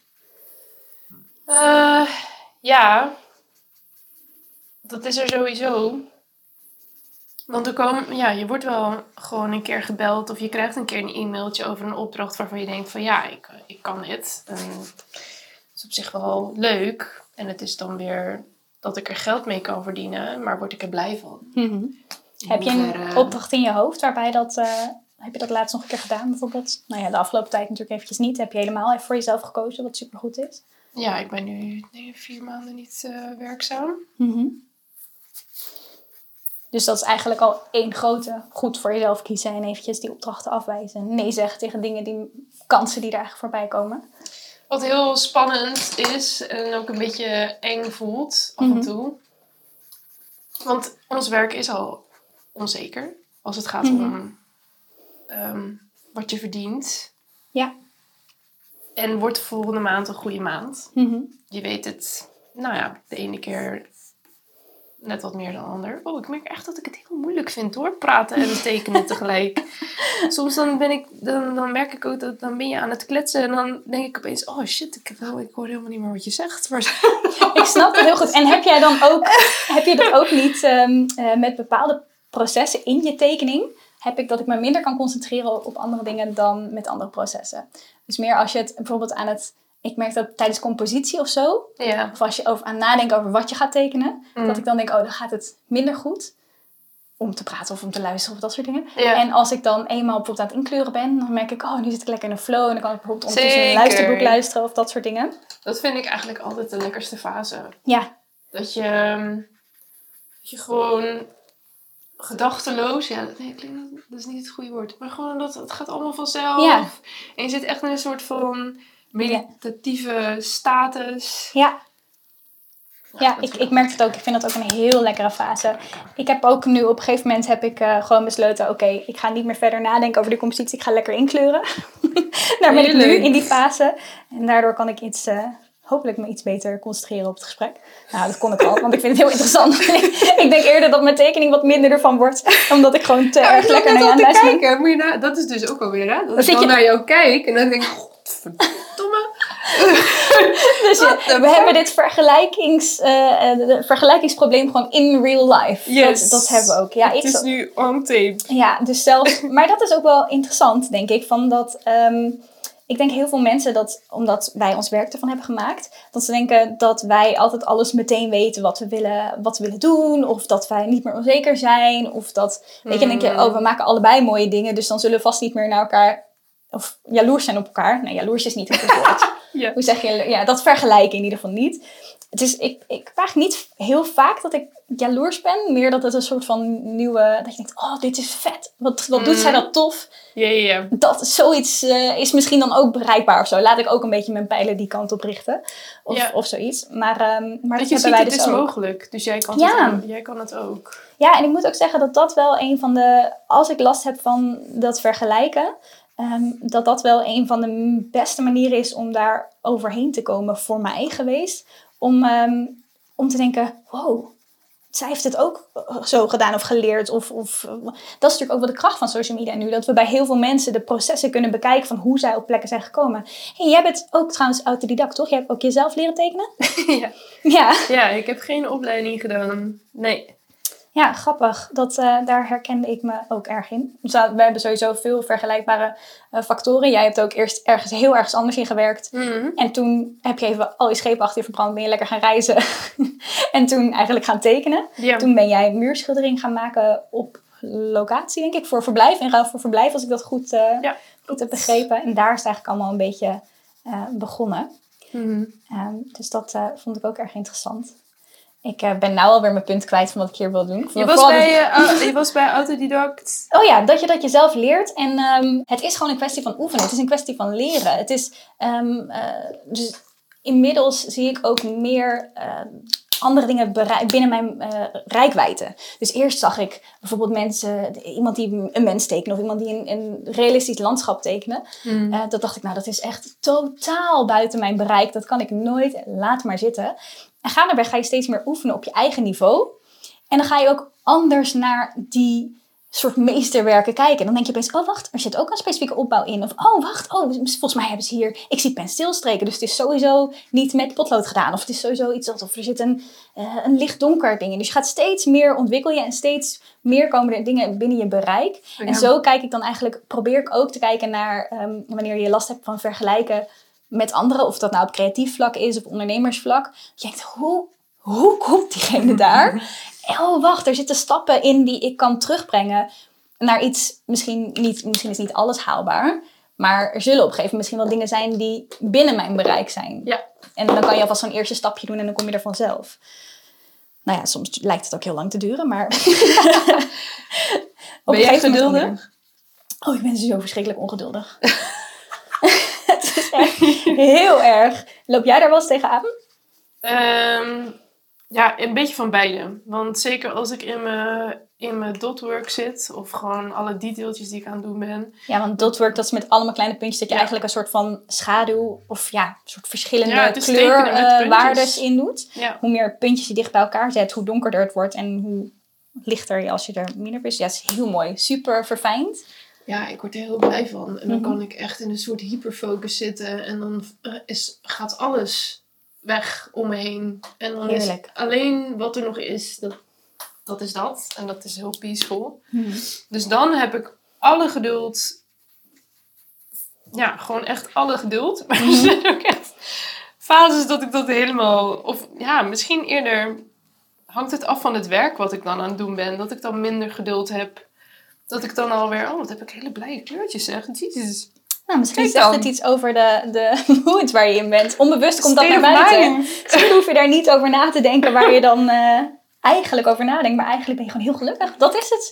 Uh, ja. Dat is er sowieso. Want er komen, ja, je wordt wel gewoon een keer gebeld of je krijgt een keer een e-mailtje over een opdracht waarvan je denkt van ja, ik, ik kan dit. En dat is op zich wel leuk. En het is dan weer dat ik er geld mee kan verdienen, maar word ik er blij van. Mm-hmm. Heb je een uh, opdracht in je hoofd waarbij dat, uh, heb je dat laatst nog een keer gedaan bijvoorbeeld? Nou ja, de afgelopen tijd natuurlijk eventjes niet. Heb je helemaal even voor jezelf gekozen, wat supergoed is? Ja, ik ben nu nee, vier maanden niet uh, werkzaam. Mm-hmm. Dus dat is eigenlijk al één grote goed voor jezelf kiezen en eventjes die opdrachten afwijzen. Nee zeggen tegen dingen, die kansen die er eigenlijk voorbij komen. Wat heel spannend is en ook een beetje eng voelt af mm-hmm. en toe. Want ons werk is al onzeker als het gaat mm-hmm. om um, wat je verdient. Ja. En wordt volgende maand een goede maand. Mm-hmm. Je weet het, nou ja, de ene keer net wat meer dan de ander. Oh, ik merk echt dat ik het heel moeilijk vind hoor, praten en tekenen tegelijk. Soms dan ben ik, dan, dan merk ik ook dat dan ben je aan het kletsen en dan denk ik opeens, oh shit, ik, heb, ik hoor helemaal niet meer wat je zegt. Maar ik snap het heel goed. En heb jij dan ook, heb je dat ook niet um, uh, met bepaalde processen in je tekening? Heb ik dat ik me minder kan concentreren op andere dingen dan met andere processen. Dus meer als je het bijvoorbeeld aan het... Ik merk dat tijdens compositie of zo. Ja. Of als je over, aan nadenkt over wat je gaat tekenen. Mm. Dat ik dan denk, oh, dan gaat het minder goed. Om te praten of om te luisteren of dat soort dingen. Ja. En als ik dan eenmaal bijvoorbeeld aan het inkleuren ben. Dan merk ik, oh, nu zit ik lekker in een flow. En dan kan ik bijvoorbeeld ondertussen een luisterboek luisteren of dat soort dingen. Dat vind ik eigenlijk altijd de lekkerste fase. Ja. Dat je, dat je gewoon gedachteloos. Ja, nee, dat is niet het goede woord. Maar gewoon dat het gaat allemaal vanzelf. Ja. En je zit echt in een soort van meditatieve ja. status. Ja. Ja, ik, ik merk het ook. Ik vind dat ook een heel lekkere fase. Ik heb ook nu op een gegeven moment heb ik uh, gewoon besloten... Oké, okay, ik ga niet meer verder nadenken over de compositie. Ik ga lekker inkleuren. Daar ben ik nu in die fase. En daardoor kan ik iets... Uh, hopelijk me iets beter concentreren op het gesprek. Nou, dat kon ik al, want ik vind het heel interessant. Ik denk eerder dat mijn tekening wat minder ervan wordt. Omdat ik gewoon te ja, erg lekker naar je aan het luisteren ben. Moet je na, dat is dus ook alweer, hè? Dat ik dan je... naar jou kijk en dan denk ik... Godverdomme. Dus ja, we hebben dit vergelijkings, uh, vergelijkingsprobleem gewoon in real life. Yes. Dat, dat hebben we ook. Ja, het is zo... nu on tape. Ja, dus zelfs... Maar dat is ook wel interessant, denk ik. Van dat... Um, Ik denk heel veel mensen dat, omdat wij ons werk ervan hebben gemaakt, dat ze denken dat wij altijd alles meteen weten wat we willen, wat we willen doen. Of dat wij niet meer onzeker zijn. Of dat, weet je, dan denk je, oh, we maken allebei mooie dingen. Dus dan zullen we vast niet meer naar elkaar of jaloers zijn op elkaar. Nee, jaloers is niet een goed woord. Ja. Hoe zeg je? Ja, dat vergelijken in ieder geval niet. Het is, ik, ik vraag niet heel vaak dat ik jaloers ben. Meer dat het een soort van nieuwe... Dat je denkt, oh, dit is vet. Wat, wat doet Mm. zij dat tof? Ja, ja, ja. Dat zoiets uh, is misschien dan ook bereikbaar of zo. Laat ik ook een beetje mijn pijlen die kant op richten. Of, Ja. of zoiets. Maar, um, maar dat dat je hebben wij ziet, dus het is ook. mogelijk. Dus jij kan, Ja. het ook, jij kan het ook. Ja, en ik moet ook zeggen dat dat wel een van de... Als ik last heb van dat vergelijken... Um, dat dat wel een van de beste manieren is om daar overheen te komen voor mij geweest. Om, um, om te denken, wow, zij heeft het ook zo gedaan of geleerd. Of, of, dat is natuurlijk ook wel de kracht van social media nu. Dat we bij heel veel mensen de processen kunnen bekijken van hoe zij op plekken zijn gekomen. Hey, jij bent ook trouwens autodidact, toch? Jij hebt ook jezelf leren tekenen? ja. Ja. Ja, ik heb geen opleiding gedaan. Nee. Ja, grappig. Dat, uh, daar herkende ik me ook erg in. Dus, uh, we hebben sowieso veel vergelijkbare uh, factoren. Jij hebt ook eerst ergens heel ergens anders in gewerkt. Mm-hmm. En toen heb je even al je schepen achter je verbrand. Ben je lekker gaan reizen. En toen eigenlijk gaan tekenen. Ja. Toen ben jij muurschildering gaan maken op locatie, denk ik. Voor verblijf. In ruil voor verblijf, als ik dat goed, uh, ja, goed heb begrepen. En daar is het eigenlijk allemaal een beetje uh, begonnen. Mm-hmm. Um, dus dat uh, vond ik ook erg interessant. Ik uh, ben nou alweer mijn punt kwijt van wat ik hier wil doen. Je was, bij, uh, je was bij autodidact. Oh ja, dat je dat jezelf leert. En um, het is gewoon een kwestie van oefenen. Het is een kwestie van leren. Het is, um, uh, dus inmiddels zie ik ook meer uh, andere dingen berei- binnen mijn uh, reikwijdte. Dus eerst zag ik bijvoorbeeld mensen, iemand die een mens tekende of iemand die een, een realistisch landschap tekende. Mm. Uh, dat dacht ik, nou dat is echt totaal buiten mijn bereik. Dat kan ik nooit. Laat maar zitten. En ga daarbij ga je steeds meer oefenen op je eigen niveau. En dan ga je ook anders naar die soort meesterwerken kijken. En dan denk je opeens, oh wacht, er zit ook een specifieke opbouw in. Of oh wacht, oh, volgens mij hebben ze hier... Ik zie penstilstreken, dus het is sowieso niet met potlood gedaan. Of het is sowieso iets, of er zit een, uh, een licht-donker ding in. Dus je gaat steeds meer ontwikkel je en steeds meer komen er dingen binnen je bereik. Ja. En zo kijk ik dan eigenlijk, probeer ik ook te kijken naar um, wanneer je last hebt van vergelijken met anderen. Of dat nou op creatief vlak is of ondernemersvlak. Je denkt, hoe, hoe komt diegene daar? Oh, wacht, er zitten stappen in die ik kan terugbrengen naar iets, misschien, niet, misschien is niet alles haalbaar, maar er zullen op een gegeven moment misschien wel dingen zijn die binnen mijn bereik zijn. Ja. En dan kan je alvast zo'n eerste stapje doen en dan kom je er vanzelf. Nou ja, soms lijkt het ook heel lang te duren, maar... Ben jij geduldig? Oh, ik ben zo verschrikkelijk ongeduldig. Het is echt heel erg. Loop jij daar wel eens tegenaan? Um... Ja, een beetje van beide. Want zeker als ik in mijn, in mijn dotwork zit, of gewoon alle detailtjes die ik aan het doen ben. Ja, want dotwork, dat is met allemaal kleine puntjes dat je ja. eigenlijk een soort van schaduw, of ja, een soort verschillende ja, kleurwaardes uh, in doet. Ja. Hoe meer puntjes je dicht bij elkaar zet, hoe donkerder het wordt en hoe lichter je als je er minder bent. Ja, het is heel mooi. Super verfijnd. Ja, ik word er heel blij van. En dan mm-hmm. kan ik echt in een soort hyperfocus zitten en dan is, gaat alles weg om me heen. En dan Heerlijk. Is alleen wat er nog is, dat, dat is dat. En dat is heel peaceful. Hmm. Dus dan heb ik alle geduld. Ja, gewoon echt alle geduld. Maar hmm. er zijn ook echt fases dat ik dat helemaal... Of ja, misschien eerder hangt het af van het werk wat ik dan aan het doen ben. Dat ik dan minder geduld heb. Dat ik dan alweer... Oh, wat heb ik hele blije kleurtjes, zeg. Jezus. Nou, misschien zegt het iets over de, de mood waar je in bent. Onbewust komt dat naar buiten. Misschien hoef je daar niet over na te denken waar je dan uh, eigenlijk over nadenkt. Maar eigenlijk ben je gewoon heel gelukkig. Dat is het.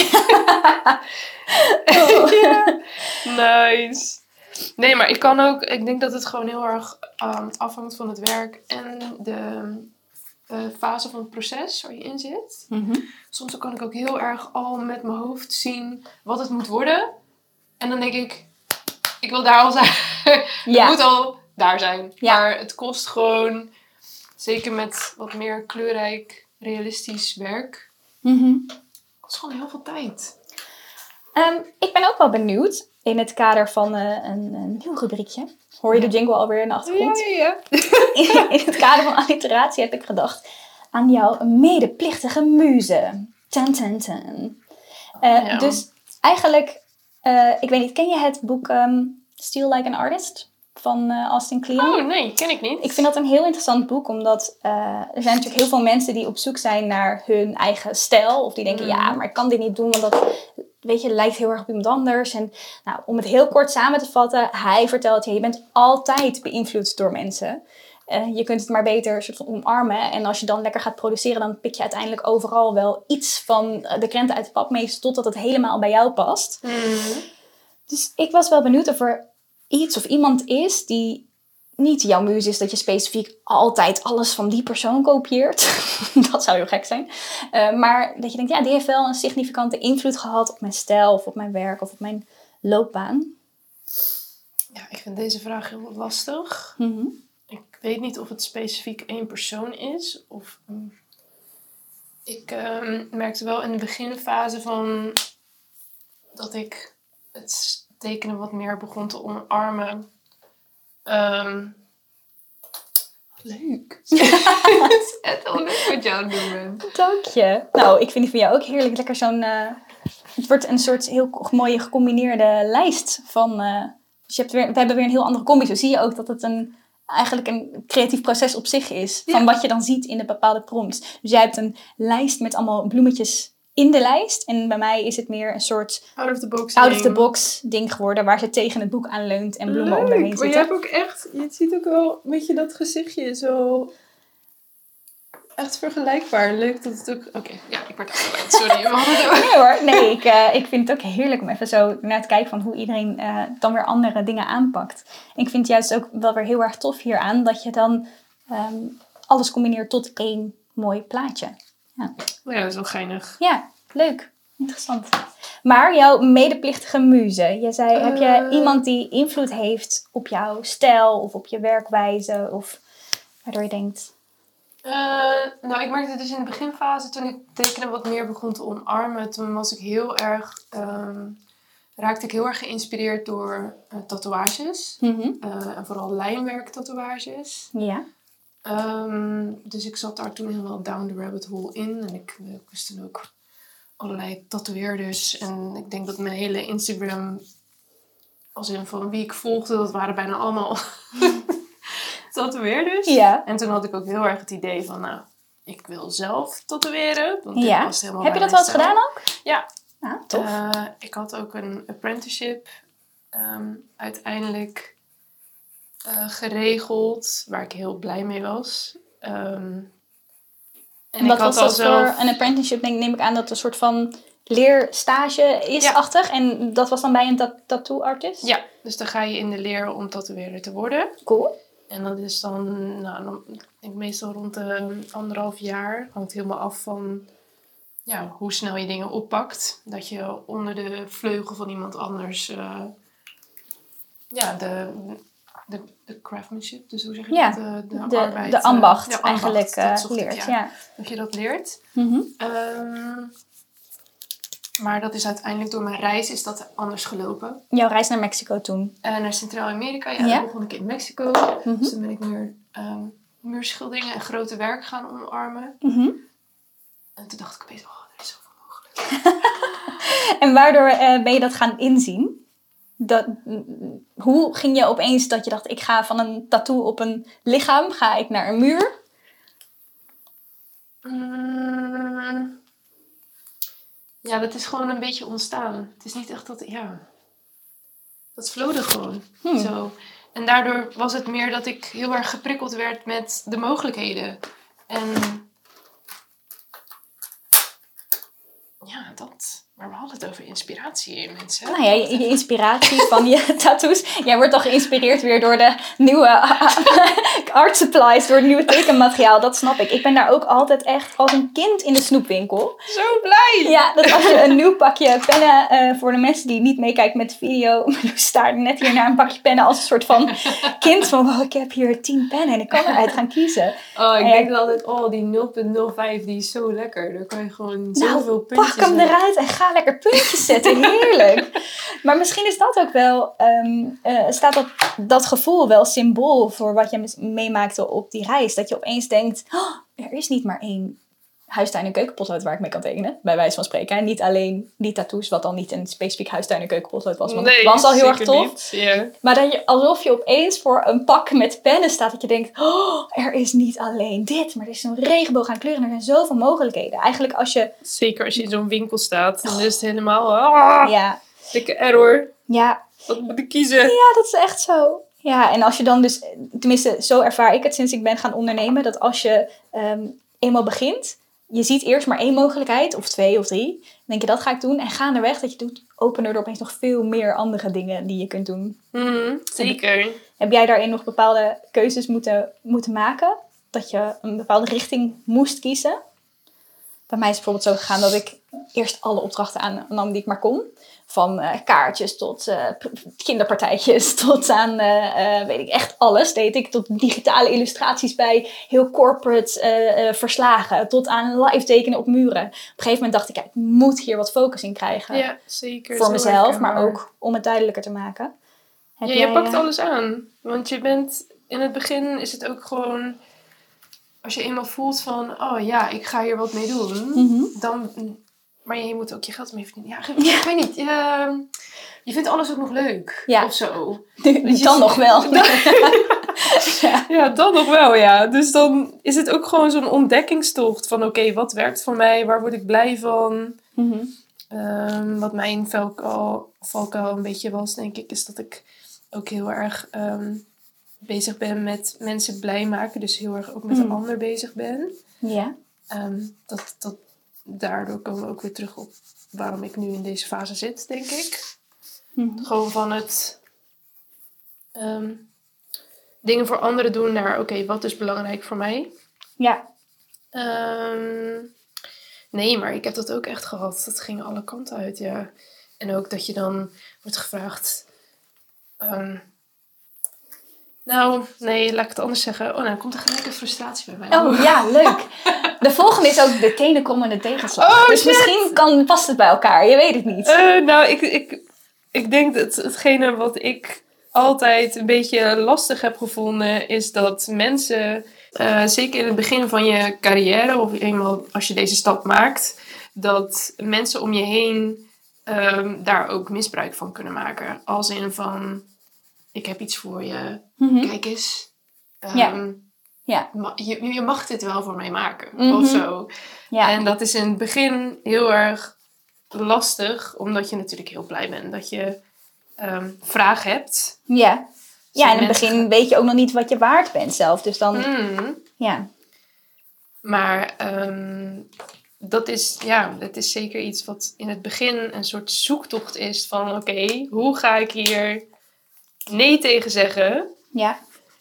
Oh. Ja. Nice. Nee, maar ik kan ook... Ik denk dat het gewoon heel erg um, afhangt van het werk en de uh, fase van het proces waar je in zit. Mm-hmm. Soms kan ik ook heel erg al met mijn hoofd zien wat het moet worden. En dan denk ik... Ik wil daar al zijn. Ja. Het moet al daar zijn. Ja. Maar het kost gewoon... Zeker met wat meer kleurrijk, realistisch werk. Mm-hmm. Het kost gewoon heel veel tijd. Um, ik ben ook wel benieuwd. In het kader van uh, een, een nieuw rubriekje. Hoor je de jingle alweer in de achtergrond? Ja, ja, ja. In het kader van alliteratie heb ik gedacht... aan jouw medeplichtige muze. Ten, ten, ten. Uh, ja. Dus eigenlijk... Uh, ik weet niet, ken je het boek um, Steal Like an Artist van uh, Austin Kleon? Oh nee, ken ik niet. Ik vind dat een heel interessant boek, omdat uh, er zijn natuurlijk heel veel mensen die op zoek zijn naar hun eigen stijl. Of die denken, mm. ja, maar ik kan dit niet doen, want dat weet je, lijkt heel erg op iemand anders. En nou, om het heel kort samen te vatten, hij vertelt, ja, je bent altijd beïnvloed door mensen. Uh, je kunt het maar beter soort van omarmen. En als je dan lekker gaat produceren, dan pik je uiteindelijk overal wel iets van de krenten uit de pap mee, totdat het helemaal bij jou past. Mm. Dus ik was wel benieuwd of er iets of iemand is die niet jouw muze is, dat je specifiek altijd alles van die persoon kopieert. Dat zou heel gek zijn. Uh, maar dat je denkt, ja, die heeft wel een significante invloed gehad op mijn stijl of op mijn werk of op mijn loopbaan. Ja, ik vind deze vraag heel lastig. Mm-hmm. Ik weet niet of het specifiek één persoon is. Of, um, ik um, merkte wel in de beginfase van dat ik het tekenen wat meer begon te omarmen. Um, leuk. Het is echt wel leuk wat jou doen bent. Dank je. Nou, ik vind die van jou ook heerlijk. Lekker zo'n... Uh, het wordt een soort heel mooie gecombineerde lijst van... Uh, dus je hebt weer, we hebben weer een heel andere combi. Zo zie je ook dat het een... eigenlijk een creatief proces op zich is. Van ja. Wat je dan ziet in de bepaalde prompts. Dus jij hebt een lijst met allemaal bloemetjes in de lijst. En bij mij is het meer een soort... Out of the box out ding. of the box ding geworden. Waar ze tegen het boek aan leunt en bloemen Leuk, om erheen zitten. Maar je hebt ook echt... Je ziet ook wel... Weet je, dat gezichtje zo... Echt vergelijkbaar. Leuk dat het ook... Oké, okay, ja, ik word afgeleid. Sorry. We hadden het nee hoor. Nee, ik, uh, ik vind het ook heerlijk om even zo naar te kijken van hoe iedereen uh, dan weer andere dingen aanpakt. En ik vind het juist ook wel weer heel erg tof hieraan dat je dan um, alles combineert tot één mooi plaatje. Ja. ja, dat is wel geinig. Ja, leuk. Interessant. Maar jouw medeplichtige muze. Je zei, uh... heb je iemand die invloed heeft op jouw stijl of op je werkwijze? Of waardoor je denkt... Uh, nou, ik merkte dus in de beginfase, toen ik tekenen wat meer begon te omarmen, toen was ik heel erg, um, raakte ik heel erg geïnspireerd door uh, tatoeages. Mm-hmm. Uh, en vooral lijnwerk tatoeages. Ja. Um, dus ik zat daar toen helemaal down the rabbit hole in. En ik, ik wist toen ook allerlei tatoeëerders. En ik denk dat mijn hele Instagram, als in van wie ik volgde, dat waren bijna allemaal... tatoeëerders. Ja. En toen had ik ook heel erg het idee van, nou, ik wil zelf tatoeëren. Want ja. was helemaal heb je dat wel eens gedaan ook? Ja. Ah, tof. Uh, ik had ook een apprenticeship um, uiteindelijk uh, geregeld, waar ik heel blij mee was. Um, en wat ik had was dat zelf... voor een apprenticeship? Denk, neem ik aan dat het een soort van leerstage is-achtig. Ja. En dat was dan bij een ta- tattoo artist? Ja, dus dan ga je in de leer om tatoeëerder te worden. Cool. En dat is dan, nou, dan ik denk meestal rond de anderhalf jaar. Hangt helemaal af van ja, hoe snel je dingen oppakt. Dat je onder de vleugel van iemand anders uh, ja, de, de, de craftsmanship, dus hoe zeg je ja, dat? De, de, de, arbeid, de ambacht, uh, de eigenlijk ambacht, uh, leert. Ik, ja. Ja. Dat je dat leert. Mm-hmm. Um, maar dat is uiteindelijk door mijn reis is dat anders gelopen. Jouw reis naar Mexico toen? Uh, naar Centraal-Amerika. Ja, ja, dan begon ik in Mexico. Mm-hmm. Dus dan ben ik meer um, muurschilderingen en grote werk gaan omarmen. Mm-hmm. En toen dacht ik opeens, oh, er is zoveel mogelijk. En waardoor uh, ben je dat gaan inzien? Dat, hoe ging je opeens dat je dacht, ik ga van een tattoo op een lichaam, ga ik naar een muur? Mm, ja, dat is gewoon een beetje ontstaan. Het is niet echt dat, ja... Dat flowde gewoon. Hmm. Zo. En daardoor was het meer dat ik heel erg geprikkeld werd met de mogelijkheden. En... Ja, dat... Maar we hadden het over inspiratie, mensen. Nou ja, je, je inspiratie van je tattoos. Jij wordt al geïnspireerd weer door de nieuwe art supplies, door het nieuwe tekenmateriaal. Dat snap ik. Ik ben daar ook altijd echt als een kind in de snoepwinkel. Zo blij! Ja, dat als je een nieuw pakje pennen, uh, voor de mensen die niet meekijken met de video. Ik sta net hier naar een pakje pennen als een soort van kind van, wow, ik heb hier tien pennen en ik kan eruit gaan kiezen. Oh, ik en denk ja, altijd, oh, die nul komma nul vijf, die is zo lekker. Daar kan je gewoon nou, zoveel puntjes... pak hem eruit en ga lekker puntjes zetten. Heerlijk. Maar misschien is dat ook wel... Um, uh, staat dat, dat gevoel wel symbool voor wat je meemaakte op die reis. Dat je opeens denkt... Oh, er is niet maar één huistuin- en keukenpotlood waar ik mee kan tekenen. Bij wijze van spreken. En niet alleen die tattoos, wat dan niet een specifiek huistuin- en keukenpotlood was. Want nee, het was al heel erg tof. Yeah. Maar dat je, alsof je opeens voor een pak met pennen staat. Dat je denkt, oh, er is niet alleen dit. Maar er is een regenboog aan kleuren. En er zijn zoveel mogelijkheden. Eigenlijk als je... Zeker als je in zo'n winkel staat. Dan is het helemaal... Ah, ja. dikke error. Ja. Wat moet ik kiezen? Ja, dat is echt zo. Ja, en als je dan dus... Tenminste, zo ervaar ik het sinds ik ben gaan ondernemen. Dat als je um, eenmaal begint... Je ziet eerst maar één mogelijkheid, of twee of drie. Dan denk je, dat ga ik doen. En gaandeweg dat je doet, openen er opeens nog veel meer andere dingen die je kunt doen. Mm, zeker. Heb, heb jij daarin nog bepaalde keuzes moeten, moeten maken? Dat je een bepaalde richting moest kiezen? Bij mij is het bijvoorbeeld zo gegaan dat ik eerst alle opdrachten aannam die ik maar kon. Van uh, kaartjes tot uh, kinderpartijtjes tot aan, uh, uh, weet ik, echt alles deed ik. Tot digitale illustraties bij heel corporate uh, uh, verslagen. Tot aan live tekenen op muren. Op een gegeven moment dacht ik, ja, ik moet hier wat focus in krijgen. Ja, zeker. Voor mezelf, herkenbaar. Maar ook om het duidelijker te maken. Heb ja, jij, je pakt uh... alles aan. Want je bent, in het begin is het ook gewoon... Als je eenmaal voelt van, oh ja, ik ga hier wat mee doen. Mm-hmm. Dan... Maar je moet ook je geld mee verdienen. Ja, ik weet niet. Je, je vindt alles ook nog leuk. Ja. Of zo. Dus dan nog wel. ja. ja, dan nog wel, ja. Dus dan is het ook gewoon zo'n ontdekkingstocht. Van oké, okay, wat werkt voor mij? Waar word ik blij van? Mm-hmm. Um, wat mijn valkuil, valkuil een beetje was, denk ik, is dat ik ook heel erg um, bezig ben met mensen blij maken. Dus heel erg ook met mm. een ander bezig ben. Ja. Um, dat... dat Daardoor komen we ook weer terug op waarom ik nu in deze fase zit, denk ik. Mm-hmm. Gewoon van het um, dingen voor anderen doen naar, oké, okay, wat is belangrijk voor mij? Ja. Um, nee, maar ik heb dat ook echt gehad. Dat ging alle kanten uit, ja. En ook dat je dan wordt gevraagd... Um, Nou, nee, laat ik het anders zeggen. Oh, nou, dan komt er gelijk een frustratie bij mij. Oh, ja, leuk. De volgende is ook de tenenkomende tegenslag. Oh, dus shit. Misschien kan, past het bij elkaar. Je weet het niet. Uh, nou, ik, ik, ik denk dat hetgene wat ik altijd een beetje lastig heb gevonden... is dat mensen, uh, zeker in het begin van je carrière... of eenmaal als je deze stap maakt... dat mensen om je heen um, daar ook misbruik van kunnen maken. Als in van... Ik heb iets voor je. Mm-hmm. Kijk eens. Um, ja. Ja. Ma- je, je mag dit wel voor mij maken. Mm-hmm. Of zo. Ja. En dat is in het begin heel erg lastig. Omdat je natuurlijk heel blij bent. Dat je um, vragen hebt. Ja. Ja, en in het begin gaan... weet je ook nog niet wat je waard bent zelf. Dus dan... Mm. Ja. Maar... Um, dat is, ja, dat is zeker iets wat in het begin een soort zoektocht is. Van oké, okay, hoe ga ik hier... nee tegen zeggen. Ja.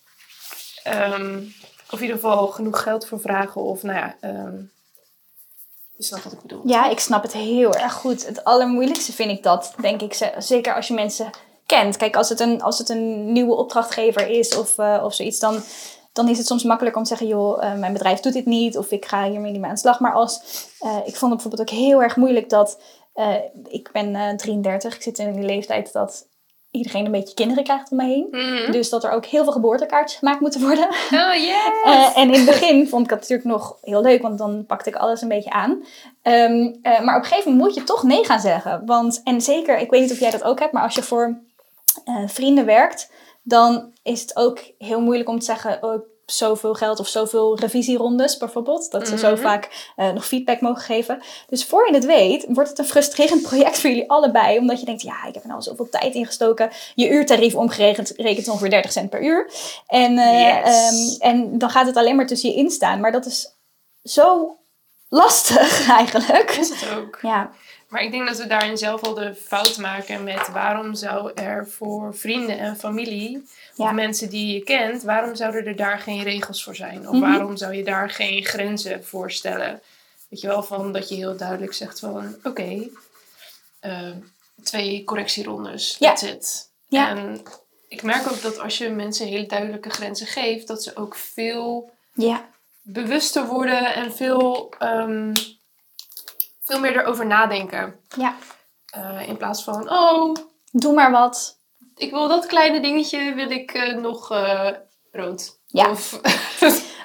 Um, of in ieder geval genoeg geld voor vragen. Of nou ja, um, je snapt wat ik bedoel. Ja, ik snap het heel erg goed. Het allermoeilijkste vind ik dat, denk ik. Zeker als je mensen kent. Kijk, als het een, als het een nieuwe opdrachtgever is of, uh, of zoiets, dan, dan is het soms makkelijk om te zeggen, joh, uh, mijn bedrijf doet dit niet. Of ik ga hiermee niet meer aan de slag. Maar als, uh, ik vond het bijvoorbeeld ook heel erg moeilijk dat, uh, ik ben uh, drieëndertig. Ik zit in die leeftijd dat iedereen een beetje kinderen krijgt om me heen. Mm-hmm. Dus dat er ook heel veel geboortekaartjes gemaakt moeten worden. Oh, yes! uh, en in het begin vond ik dat natuurlijk nog heel leuk, want dan pakte ik alles een beetje aan. Um, uh, maar op een gegeven moment moet je toch nee gaan zeggen. Want, en zeker, ik weet niet of jij dat ook hebt, maar als je voor uh, vrienden werkt, dan is het ook heel moeilijk om te zeggen, oh, zoveel geld of zoveel revisierondes bijvoorbeeld. Dat ze mm-hmm. zo vaak uh, nog feedback mogen geven. Dus voor je het weet, wordt het een frustrerend project voor jullie allebei. Omdat je denkt, ja, ik heb er nou zoveel tijd in gestoken. Je uurtarief omgerekend rekent ongeveer dertig cent per uur. En, uh, yes. um, en dan gaat het alleen maar tussen je instaan. Maar dat is zo lastig eigenlijk. Is het ook. Ja. Maar ik denk dat we daarin zelf al de fout maken met waarom zou er voor vrienden en familie... Ja. Of mensen die je kent, waarom zouden er daar geen regels voor zijn? Of mm-hmm. waarom zou je daar geen grenzen voor stellen? Weet je wel, van dat je heel duidelijk zegt van... Oké, okay, uh, twee correctierondes, ja. that's it. Ja. En ik merk ook dat als je mensen hele duidelijke grenzen geeft... dat ze ook veel ja. bewuster worden en veel, um, veel meer erover nadenken. Ja. Uh, in plaats van, oh... Doe maar wat... Ik wil dat kleine dingetje, wil ik uh, nog uh, rood. Ja. Of...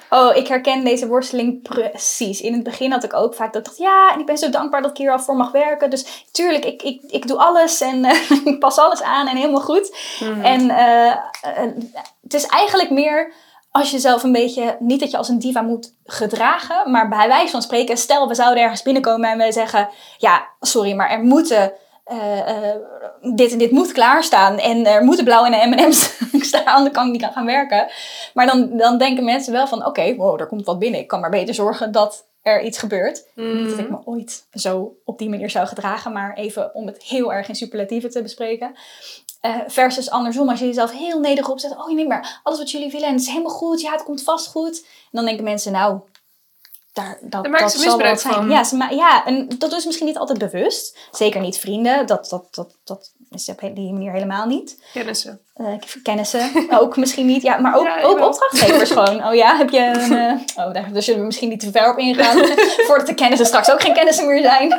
Oh, ik herken deze worsteling precies. In het begin had ik ook vaak dat ik dacht, ja, en ik ben zo dankbaar dat ik hier al voor mag werken. Dus tuurlijk, ik, ik, ik doe alles en uh, ik pas alles aan en helemaal goed. Mm. En uh, uh, het is eigenlijk meer als je zelf een beetje, niet dat je als een diva moet gedragen, maar bij wijze van spreken, stel we zouden ergens binnenkomen en wij zeggen, ja, sorry, maar er moeten... Uh, uh, dit en dit moet klaarstaan en er moeten blauwe M en M's staan, dan kan ik niet gaan werken. Maar dan, dan denken mensen wel van, oké, okay, wow, er komt wat binnen. Ik kan maar beter zorgen dat er iets gebeurt. Mm. Niet dat ik me ooit zo op die manier zou gedragen, maar even om het heel erg in superlatieven te bespreken. Uh, versus andersom, als je jezelf heel nederig opzet, oh nee, maar alles wat jullie willen en het is helemaal goed, ja, het komt vast goed. En dan denken mensen, nou... Daar, dat, Daar maakt ze misbruik van. Ja, ze ma- ja, en dat is misschien niet altijd bewust. Zeker niet vrienden. Dat, dat, dat, dat is op die manier helemaal niet. Kennissen. Uh, kennissen. Ook misschien niet. Ja, maar ook, ja, ook opdrachtgevers gewoon. Oh ja, heb je een... Uh, oh, daar, daar zullen we misschien niet te ver op ingaan. Voordat de kennissen straks ook geen kennissen meer zijn.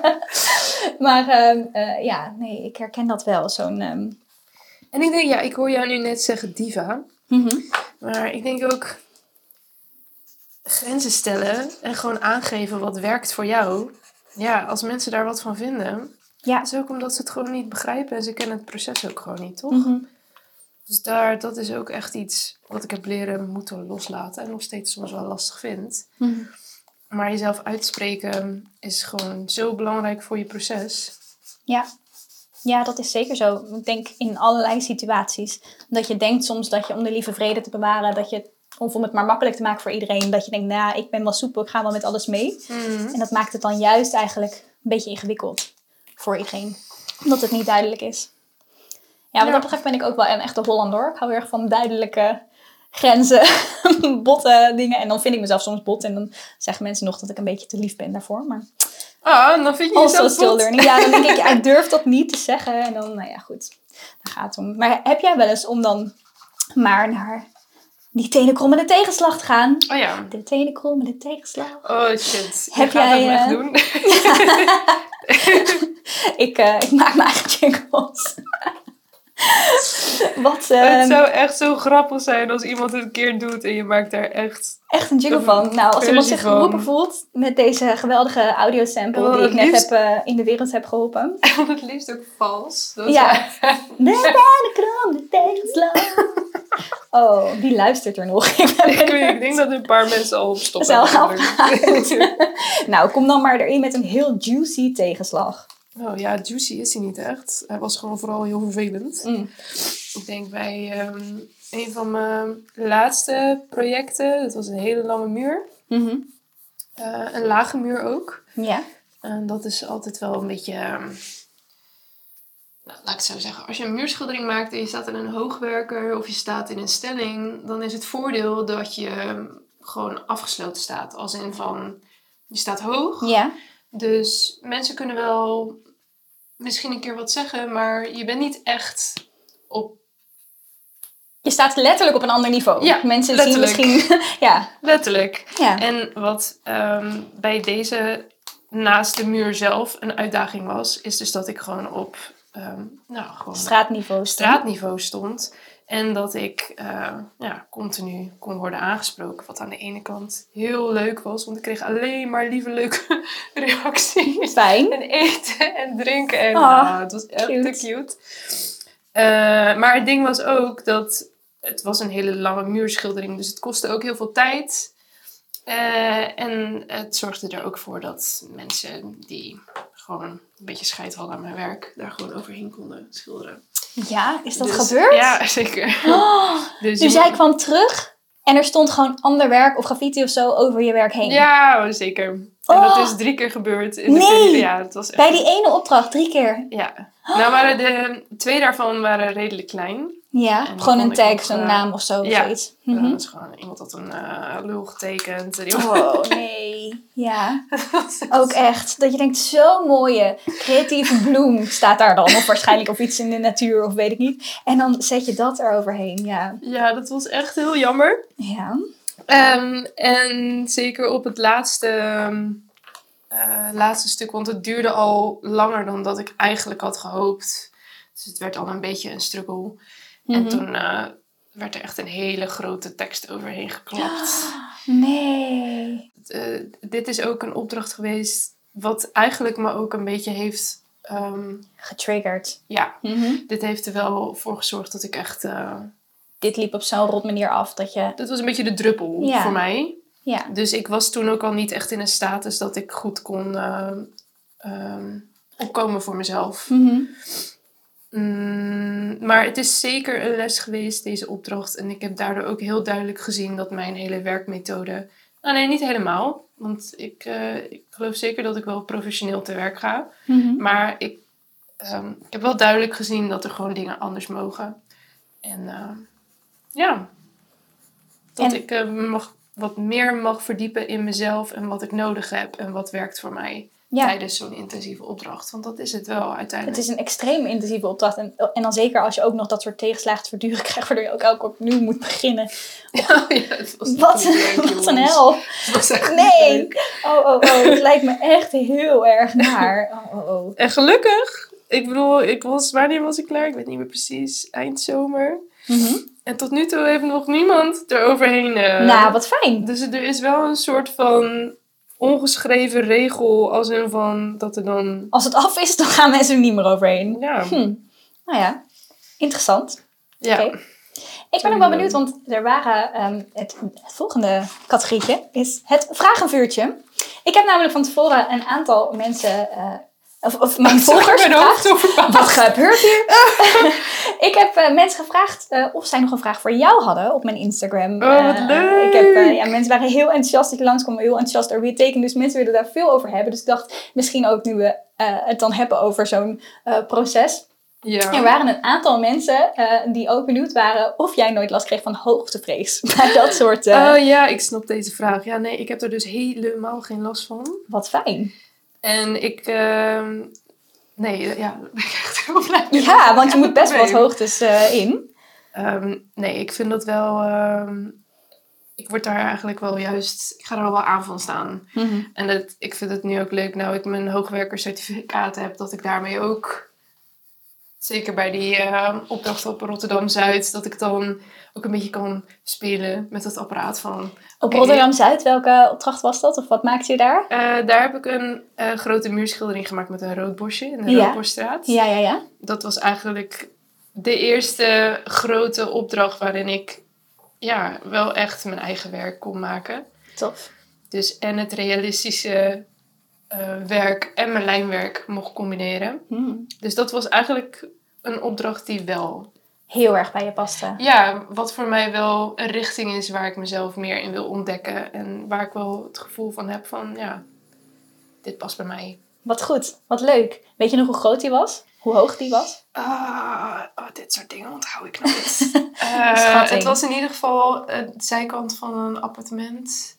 maar uh, uh, ja, nee, ik herken dat wel. Zo'n... Um... En ik denk, ja, ik hoor jou nu net zeggen diva. Mm-hmm. Maar ik denk ook... grenzen stellen en gewoon aangeven wat werkt voor jou. Ja, als mensen daar wat van vinden. Ja. Dat is ook omdat ze het gewoon niet begrijpen en ze kennen het proces ook gewoon niet, toch? Mm-hmm. Dus daar, dat is ook echt iets wat ik heb leren moeten loslaten en nog steeds soms wel lastig vind. Mm-hmm. Maar jezelf uitspreken is gewoon zo belangrijk voor je proces. Ja. Ja, dat is zeker zo. Ik denk in allerlei situaties. Dat je denkt soms dat je om de lieve vrede te bewaren, dat je of om het maar makkelijk te maken voor iedereen. Dat je denkt, nou, ik ben wel soepel, ik ga wel met alles mee. Mm. En dat maakt het dan juist eigenlijk een beetje ingewikkeld voor iedereen. Omdat het niet duidelijk is. Ja, wat ja. dat betreft ben ik ook wel een echte Hollander hoor. Ik hou heel erg van duidelijke grenzen, botte dingen. En dan vind ik mezelf soms bot. En dan zeggen mensen nog dat ik een beetje te lief ben daarvoor. Maar ah, dan vind je jezelf still bot. Learning. Ja, dan denk ik, ja, ik durf dat niet te zeggen. En dan, nou ja, goed. Daar gaat het om. Maar heb jij wel eens om dan maar naar... die tenenkrommende tegenslag te gaan. Oh ja. De tenenkrommende tegenslag. Oh shit. Heb je jij... gaat het Uh... doen. ik, uh, ik maak mijn eigen jingles. Wat, uh... Het zou echt zo grappig zijn als iemand het een keer doet en je maakt daar echt... Echt een jingle van. Nou, als iemand zich van. geroepen voelt met deze geweldige audiosample die ik net liefst... heb, uh, in de wereld heb geholpen. En het liefst ook vals. Dat ja. De tenenkrommende tegenslag. Oh, die luistert er nog. ik, weet, ik denk dat een paar mensen al opstoppen. Nou, kom dan maar erin met een heel juicy tegenslag. Oh ja, juicy is hij niet echt. Hij was gewoon vooral heel vervelend. Mm. Ik denk bij um, een van mijn laatste projecten. Dat was een hele lange muur. Mm-hmm. Uh, een lage muur ook. Ja. En dat is altijd wel een beetje... Um, Nou, laat ik het zo zeggen. Als je een muurschildering maakt en je staat in een hoogwerker of je staat in een stelling, dan is het voordeel dat je gewoon afgesloten staat. Als in van, je staat hoog. Ja. Dus mensen kunnen wel misschien een keer wat zeggen, maar je bent niet echt op... Je staat letterlijk op een ander niveau. Ja, mensen letterlijk. zien misschien... ja. Letterlijk. Ja. En wat um, bij deze naast de muur zelf een uitdaging was, is dus dat ik gewoon op... Um, nou, gewoon straatniveau stond. straatniveau stond. En dat ik uh, ja, continu kon worden aangesproken. Wat aan de ene kant heel leuk was. Want ik kreeg alleen maar lieve leuke reacties. Fijn. En eten en drinken. En oh, nou, het was echt cute. te cute. Uh, maar het ding was ook dat... Het was een hele lange muurschildering. Dus het kostte ook heel veel tijd. Uh, en het zorgde er ook voor dat mensen die... gewoon een beetje scheid hadden aan mijn werk, daar gewoon overheen konden schilderen. Ja, is dat dus, gebeurd? Ja, zeker. Oh, dus dus jij kwam terug en er stond gewoon ander werk of graffiti of zo over je werk heen? Ja, zeker. En oh. dat is drie keer gebeurd. In nee! De ja, het was echt... Bij die ene opdracht drie keer? Ja. Oh. Nou waren de twee daarvan waren redelijk klein. Ja, gewoon een tag, zo'n uh, naam of zo. Of ja, zoiets. Mm-hmm. Dat was gewoon iemand had een uh, lul getekend. Oh nee, ja. Ook echt, dat je denkt, zo'n mooie creatieve bloem staat daar dan. Of waarschijnlijk of iets in de natuur of weet ik niet. En dan zet je dat eroverheen, ja. Ja, dat was echt heel jammer. Ja. Um, en zeker op het laatste... Um, Uh, laatste stuk, want het duurde al langer dan dat ik eigenlijk had gehoopt. Dus het werd al een beetje een struggle. Mm-hmm. En toen uh, werd er echt een hele grote tekst overheen geklapt. Nee. Uh, dit is ook een opdracht geweest wat eigenlijk me ook een beetje heeft... Um, getriggerd. Ja, mm-hmm. Dit heeft er wel voor gezorgd dat ik echt... Uh, dit liep op zo'n rot manier af dat je... Dit was een beetje de druppel ja. voor mij. Ja. Dus ik was toen ook al niet echt in een status dat ik goed kon uh, um, opkomen voor mezelf. Mm-hmm. Mm, maar het is zeker een les geweest, deze opdracht. En ik heb daardoor ook heel duidelijk gezien dat mijn hele werkmethode... Nou nee, niet helemaal. Want ik, uh, ik geloof zeker dat ik wel professioneel te werk ga. Mm-hmm. Maar ik, um, ik heb wel duidelijk gezien dat er gewoon dingen anders mogen. En uh, ja, dat en... ik uh, mag, wat meer mag verdiepen in mezelf en wat ik nodig heb en wat werkt voor mij. Ja. Tijdens zo'n intensieve opdracht. Want dat is het wel uiteindelijk. Het is een extreem intensieve opdracht. En, en dan zeker als je ook nog dat soort tegenslagen te verduren krijgt. Waardoor je ook elke keer opnieuw moet beginnen. Ja, ja, het was wat leuk, wat een hel. Het was echt nee. leuk. Oh, oh, oh. Het lijkt me echt heel erg naar. Oh, oh, oh. En gelukkig. Ik bedoel, ik was, wanneer was ik klaar? Ik weet niet meer precies. Eind zomer. Mm-hmm. En tot nu toe heeft nog niemand eroverheen. Uh, nou, wat fijn. Dus er is wel een soort van... ongeschreven regel als in van dat er dan... Als het af is, dan gaan mensen er niet meer overheen. Ja. Hm. Nou ja, interessant. Ja. Okay. Ik ben ook wel benieuwd, want er waren... Um, het, het volgende categorietje is het vragenvuurtje. Ik heb namelijk van tevoren een aantal mensen... Uh, Of, of mijn volgers gevraagd. Wat gebeurt hier? Ik heb uh, mensen gevraagd uh, of zij nog een vraag voor jou hadden op mijn Instagram. Oh, wat uh, leuk! Ik heb, uh, ja, mensen waren heel enthousiast dat je langskwam, heel enthousiast over je teken. Dus mensen willen daar veel over hebben. Dus ik dacht, misschien ook nu we uh, het dan hebben over zo'n uh, proces. Ja. Er waren een aantal mensen uh, die ook benieuwd waren of jij nooit last kreeg van hoogtevrees. Bij dat soort... Uh... Oh ja, ik snap deze vraag. Ja, nee, ik heb er dus helemaal geen last van. Wat fijn. En ik... Uh, nee, ja, daar ben ik echt heel blij mee. Ja, want je moet best wel wat hoogtes uh, in. Um, nee, ik vind dat wel... Um, ik word daar eigenlijk wel juist... Ik ga er wel aan van staan. Mm-hmm. En dat, ik vind het nu ook leuk, nou ik mijn hoogwerkercertificaat heb, dat ik daarmee ook... Zeker bij die uh, opdracht op Rotterdam-Zuid, dat ik dan ook een beetje kan spelen met het apparaat van... Op okay, Rotterdam-Zuid, welke opdracht was dat? Of wat maakte je daar? Uh, daar heb ik een uh, grote muurschildering gemaakt met een rood bosje in de ja. Roodbosstraat. Ja, ja, ja. Dat was eigenlijk de eerste grote opdracht waarin ik ja, wel echt mijn eigen werk kon maken. Tof. Dus en het realistische... Uh, werk en mijn lijnwerk mocht combineren. Hmm. Dus dat was eigenlijk een opdracht die wel... heel erg bij je paste. Ja, wat voor mij wel een richting is waar ik mezelf meer in wil ontdekken. En waar ik wel het gevoel van heb van, ja, dit past bij mij. Wat goed, wat leuk. Weet je nog hoe groot die was? Hoe hoog die was? Uh, oh, dit soort dingen onthoud ik nooit. uh, het was in ieder geval de zijkant van een appartement.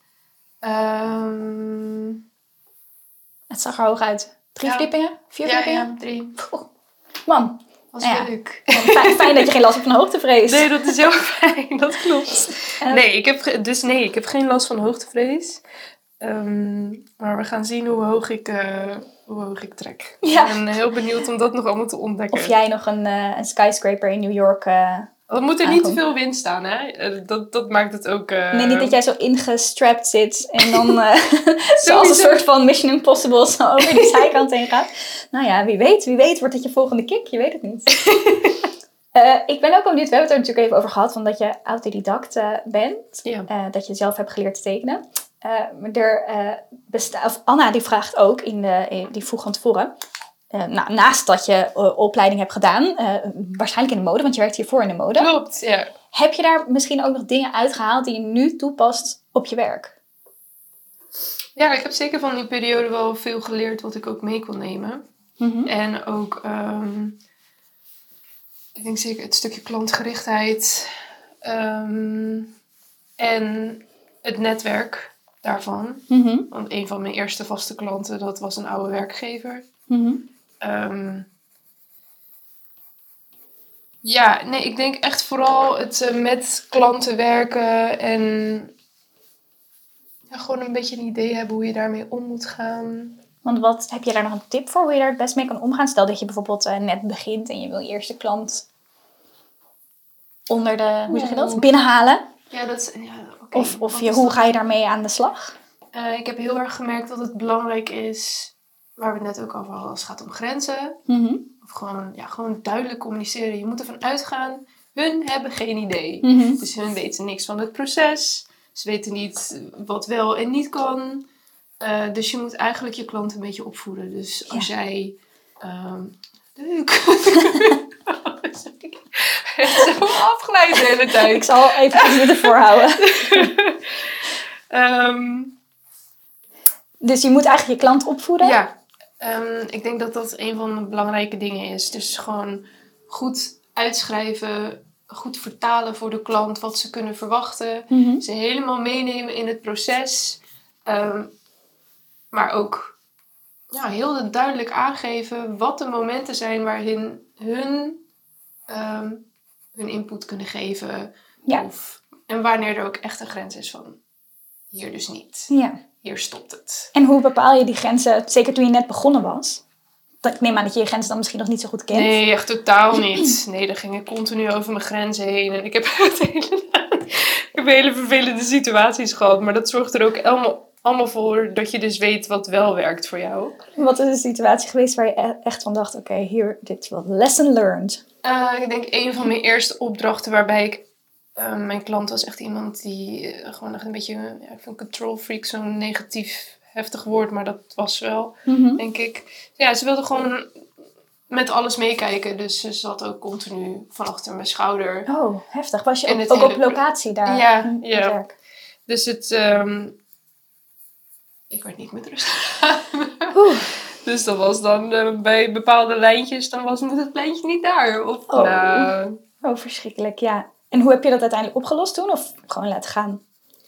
Um... Het zag er hoog uit. Drie ja. verdiepingen? Vier ja, verdiepingen? Ja, drie. Poeh. Man. Was ja. leuk. Fijn, fijn dat je geen last hebt van hoogtevrees. Nee, dat is heel fijn. Dat klopt. Uh, nee, ik heb, dus nee, ik heb geen last van hoogtevrees. Um, maar we gaan zien hoe hoog ik, uh, hoe hoog ik trek. Ja. Ik ben heel benieuwd om dat nog allemaal te ontdekken. Of jij nog een, uh, een skyscraper in New York... Uh, Er moet er niet te veel wind staan, hè? Dat, dat maakt het ook... Uh... Nee, niet dat jij zo ingestrapt zit en dan uh, zoals een soort van Mission Impossible zo over die zijkant heen gaat. Nou ja, wie weet, wie weet wordt het je volgende kick, je weet het niet. uh, ik ben ook wel benieuwd, we hebben het er natuurlijk even over gehad, van dat je autodidact uh, bent. Ja. Uh, dat je zelf hebt geleerd te tekenen. Uh, er, uh, besta- of Anna die vraagt ook, in de, in, die vroeg van tevoren... Uh, nou, naast dat je uh, opleiding hebt gedaan, uh, waarschijnlijk in de mode, want je werkt hiervoor in de mode. Klopt, ja. Heb je daar misschien ook nog dingen uitgehaald die je nu toepast op je werk? Ja, ik heb zeker van die periode wel veel geleerd wat ik ook mee kon nemen. Mm-hmm. En ook, um, ik denk zeker het stukje klantgerichtheid um, en het netwerk daarvan. Mm-hmm. Want een van mijn eerste vaste klanten, dat was een oude werkgever. Mm-hmm. Um, ja, nee, ik denk echt vooral het uh, met klanten werken en ja, gewoon een beetje een idee hebben hoe je daarmee om moet gaan. Want wat heb je daar nog een tip voor hoe je daar het best mee kan omgaan? Stel dat je bijvoorbeeld uh, net begint en je wil je eerste klant onder de, hoe zeg je dat, binnenhalen? Ja, dat is... Ja, okay. Of, of je, hoe ga je daarmee aan de slag? Uh, ik heb heel erg gemerkt dat het belangrijk is, waar we het net ook over hadden, als het gaat om grenzen. Mm-hmm. Of gewoon, ja, gewoon duidelijk communiceren. Je moet ervan uitgaan, hun hebben geen idee. Mm-hmm. Dus hun weten niks van het proces. Ze weten niet wat wel en niet kan. Uh, dus je moet eigenlijk je klant een beetje opvoeden. Dus als ja. jij... Um, leuk. Zo afgeleid de hele tijd. Ik zal even dit ervoor houden. um, dus je moet eigenlijk je klant opvoeden? Ja. Um, ik denk dat dat een van de belangrijke dingen is. Dus gewoon goed uitschrijven, goed vertalen voor de klant wat ze kunnen verwachten. Mm-hmm. Ze helemaal meenemen in het proces. Um, maar ook ja, heel duidelijk aangeven wat de momenten zijn waarin hun, um, hun input kunnen geven. Ja. Of, en wanneer er ook echt een grens is van hier dus niet. Ja. Hier stopt het. En hoe bepaal je die grenzen, zeker toen je net begonnen was? Ik neem aan dat je je grenzen dan misschien nog niet zo goed kent. Nee, echt totaal niet. Nee, dan ging ik continu over mijn grenzen heen. En ik heb, hele, ik heb hele vervelende situaties gehad. Maar dat zorgt er ook allemaal, allemaal voor dat je dus weet wat wel werkt voor jou. Wat is de situatie geweest waar je echt van dacht... Oké, okay, hier, dit is wel lesson learned. Uh, ik denk een van mijn eerste opdrachten waarbij ik... Uh, mijn klant was echt iemand die uh, gewoon echt een beetje... Ja, ik vind control freak zo'n negatief... heftig woord, maar dat was wel, mm-hmm. denk ik. Ja, ze wilde gewoon met alles meekijken. Dus ze zat ook continu van achter mijn schouder. Oh, heftig. Was je ook, ook op locatie daar? Ja, ja. Werk? Dus het... Um, ik werd niet met rust gegaan. Dus dat was dan uh, bij bepaalde lijntjes, dan was het lijntje niet daar. Of, oh. Nou, oh, verschrikkelijk, ja. En hoe heb je dat uiteindelijk opgelost toen? Of gewoon laten gaan?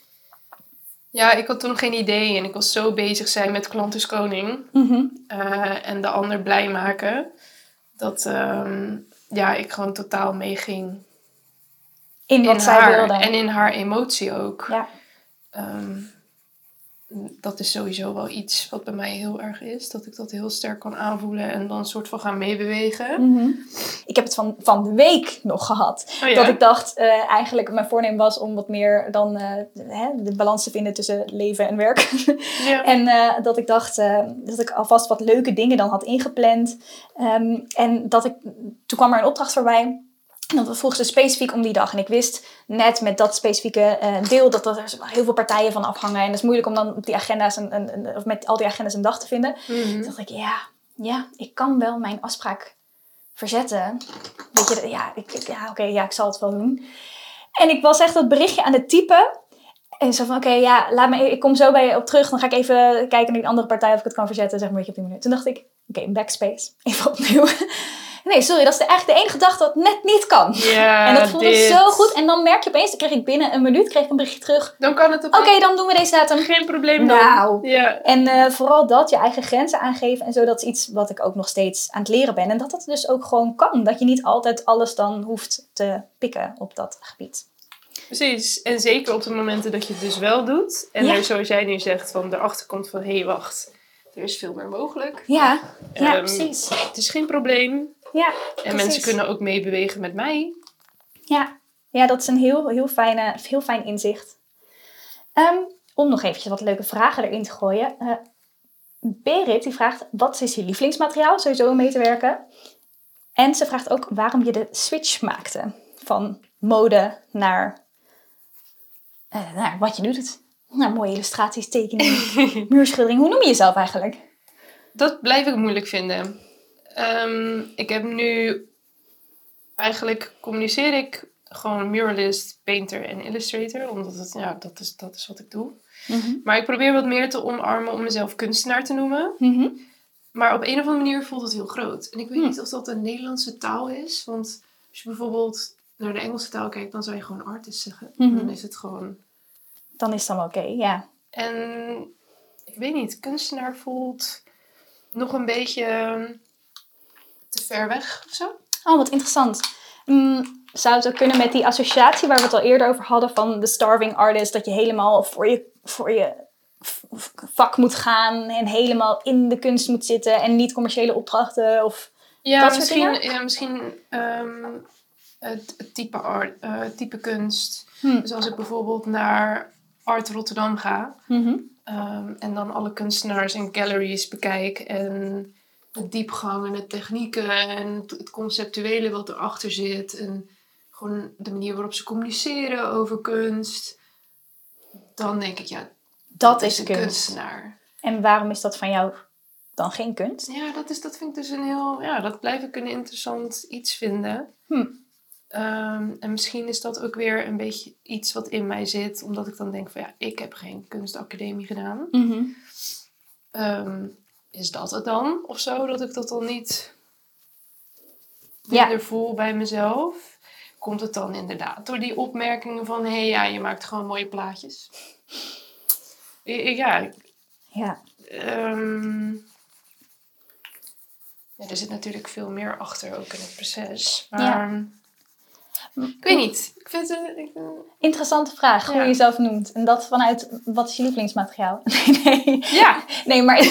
Ja, ik had toen geen idee en ik was zo bezig zijn met klant is koning. Mm-hmm. Uh, en de ander blij maken. Dat um, ja, ik gewoon totaal meeging. In wat in zij haar, wilde. En in haar emotie ook. Ja. Um, dat is sowieso wel iets wat bij mij heel erg is. Dat ik dat heel sterk kan aanvoelen en dan een soort van gaan meebewegen. Mm-hmm. Ik heb het van, van de week nog gehad. Oh ja? Dat ik dacht, uh, eigenlijk mijn voornemen was om wat meer dan uh, hè, de balans te vinden tussen leven en werk. Ja. En uh, dat ik dacht uh, dat ik alvast wat leuke dingen dan had ingepland. Um, en dat ik, toen kwam er een opdracht voorbij. En dat vroeg ze specifiek om die dag. En ik wist net met dat specifieke uh, deel dat er heel veel partijen van afhangen. En het is moeilijk om dan op die agenda's een, een, een, of met al die agenda's een dag te vinden. Mm-hmm. Toen dacht ik, ja, ja, ik kan wel mijn afspraak verzetten. Weet je, ja, ik, ja oké, okay, ja, ik zal het wel doen. En ik was echt dat berichtje aan het typen. En zo van, oké, okay, ja, laat me, ik kom zo bij je op terug. Dan ga ik even kijken naar die andere partij of ik het kan verzetten. Zeg maar een beetje op die minuut. Toen dacht ik, oké, okay, backspace. Even opnieuw. Nee, sorry, dat is de, eigenlijk de enige gedachte dat net niet kan. Ja, en dat voelde dit. zo goed. En dan merk je opeens, dan kreeg ik binnen een minuut kreeg ik een berichtje terug. Dan kan het op. Oké, okay, dan doen we deze datum. Geen probleem dan. Nou. Ja. En uh, vooral dat, je eigen grenzen aangeven en zo, dat is iets wat ik ook nog steeds aan het leren ben. En dat dat dus ook gewoon kan. Dat je niet altijd alles dan hoeft te pikken op dat gebied. Precies. En zeker op de momenten dat je het dus wel doet. En ja. er, zoals jij nu zegt, van erachter komt van, hé, hey, wacht. Er is veel meer mogelijk. Ja, ja um, precies. Het is geen probleem. Ja, en precies. mensen kunnen ook meebewegen met mij. Ja, ja dat is een heel, heel, fijne, heel fijn inzicht. Um, om nog eventjes wat leuke vragen erin te gooien. Uh, Berit die vraagt, wat is je lievelingsmateriaal? Sowieso om mee te werken. En ze vraagt ook waarom je de switch maakte. Van mode naar, uh, naar wat je doet. Naar mooie illustraties, tekeningen, muurschildering. Hoe noem je jezelf eigenlijk? Dat blijf ik moeilijk vinden. Um, ik heb nu... Eigenlijk communiceer ik gewoon muralist, painter en illustrator. Omdat het, ja, dat is, dat is wat ik doe. Mm-hmm. Maar ik probeer wat meer te omarmen om mezelf kunstenaar te noemen. Mm-hmm. Maar op een of andere manier voelt het heel groot. En ik weet mm. niet of dat een Nederlandse taal is. Want als je bijvoorbeeld naar de Engelse taal kijkt, dan zou je gewoon artist zeggen. Mm-hmm. Dan is het gewoon... Dan is het dan oké, okay, ja. En ik weet niet, kunstenaar voelt nog een beetje te ver weg of zo. Oh, wat interessant. Mm, zou het ook kunnen met die associatie waar we het al eerder over hadden van de starving artist, dat je helemaal voor je, voor je vak moet gaan en helemaal in de kunst moet zitten en niet commerciële opdrachten of ja, dat misschien, soort dingen? Ja, misschien um, het, het type, art, uh, type kunst. Hm. Dus als ik bijvoorbeeld naar Art Rotterdam ga... Mm-hmm. Um, en dan alle kunstenaars en galleries bekijk. En de diepgang en de technieken en het conceptuele wat erachter zit. En gewoon de manier waarop ze communiceren over kunst. Dan denk ik, ja, dat, dat is is een kunst. kunstenaar. En waarom is dat van jou dan geen kunst? Ja, dat, is, dat vind ik dus een heel... Ja, dat blijf ik een interessant iets vinden. Hm. Um, en misschien is dat ook weer een beetje iets wat in mij zit. Omdat ik dan denk van, ja, ik heb geen kunstacademie gedaan. Mm-hmm. Um, is dat het dan? Of zo, dat ik dat dan niet minder Ja. voel bij mezelf? Komt het dan inderdaad door die opmerkingen van... hé, hey, ja, je maakt gewoon mooie plaatjes. Ja. Ja. Um, ja, er zit natuurlijk veel meer achter ook in het proces. Maar... Ja. Ik weet niet. Ik vind het... Ik, uh... Interessante vraag, hoe ja. je jezelf noemt. En dat vanuit, wat is je lievelingsmateriaal? Nee, nee. Ja. Nee, maar...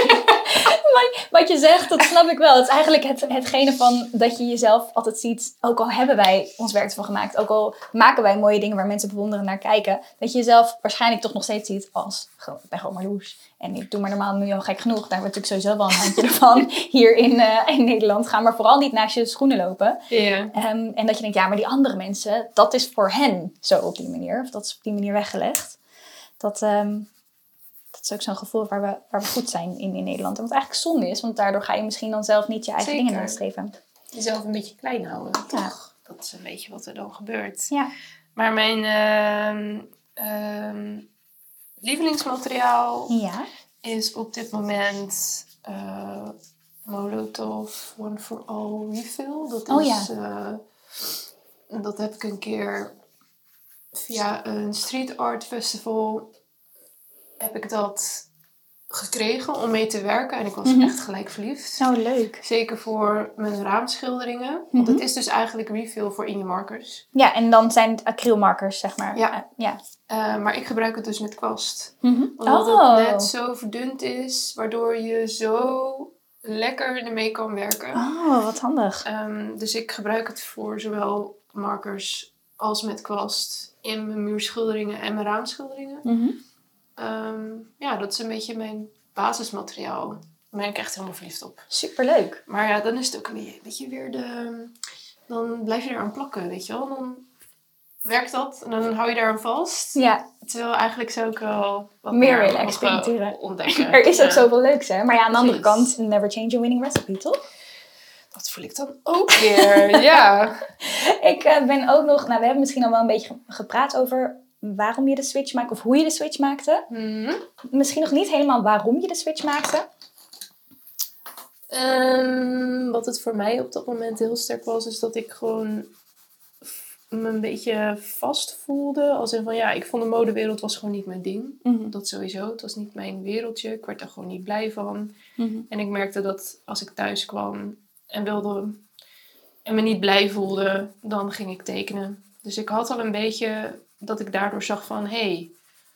Wat je zegt, dat snap ik wel. Het is eigenlijk het, hetgene van dat je jezelf altijd ziet. Ook al hebben wij ons werk ervan gemaakt. Ook al maken wij mooie dingen waar mensen bewonderen naar kijken. Dat je jezelf waarschijnlijk toch nog steeds ziet als... Gewoon, ik ben gewoon Marloes. En ik doe maar normaal nu al gek genoeg. Daar heb ik natuurlijk sowieso wel een handje ervan. Hier in, uh, in Nederland. Ga maar vooral niet naast je schoenen lopen. Yeah. Um, en dat je denkt, ja, maar die andere mensen. Dat is voor hen zo op die manier. Of dat is op die manier weggelegd. Dat... Um, Dat is ook zo'n gevoel waar we, waar we goed zijn in, in Nederland. En wat eigenlijk zonde is, want daardoor ga je misschien dan zelf niet je eigen Zeker. dingen nastreven. Jezelf een beetje klein houden, ja. toch? Dat is een beetje wat er dan gebeurt. Ja. Maar mijn uh, uh, lievelingsmateriaal ja. is op dit moment uh, Molotov One for All Refill. Dat oh, is, ja. uh, dat heb ik een keer via een street art festival... heb ik dat gekregen om mee te werken. En ik was mm-hmm. echt gelijk verliefd. Oh, leuk. Zeker voor mijn raamschilderingen. Mm-hmm. Want het is dus eigenlijk refill voor in je markers. Ja, en dan zijn het acrylmarkers, zeg maar. Ja. Uh, ja. Uh, maar ik gebruik het dus met kwast. Mm-hmm. Omdat oh. het net zo verdund is, waardoor je zo lekker ermee kan werken. Oh, wat handig. Um, dus ik gebruik het voor zowel markers als met kwast in mijn muurschilderingen en mijn raamschilderingen. Mm-hmm. Um, ja, dat is een beetje mijn basismateriaal. Daar ben ik echt helemaal verliefd op. Superleuk. Maar ja, dan is het ook een beetje weer de... Dan blijf je eraan plakken, weet je wel. Dan werkt dat en dan hou je daaraan vast. Ja. Terwijl eigenlijk zou ik wel wat meer willen experimenteren. Uh, ontdekken. Er is ja. ook zoveel leuks, hè. Maar ja, aan de andere kant, never change a winning recipe, toch? Dat voel ik dan ook weer, ja. Ik uh, ben ook nog... Nou, we hebben misschien al wel een beetje gepraat over... waarom je de switch maakt of hoe je de switch maakte. Mm-hmm. Misschien nog niet helemaal waarom je de switch maakte. Um, wat het voor mij op dat moment heel sterk was, is dat ik gewoon me een beetje vast voelde. Als in van ja, ik vond de modewereld was gewoon niet mijn ding. Mm-hmm. Dat sowieso. Het was niet mijn wereldje. Ik werd er gewoon niet blij van. Mm-hmm. En ik merkte dat als ik thuis kwam en wilde en me niet blij voelde, dan ging ik tekenen. Dus ik had al een beetje dat ik daardoor zag van hé, hey,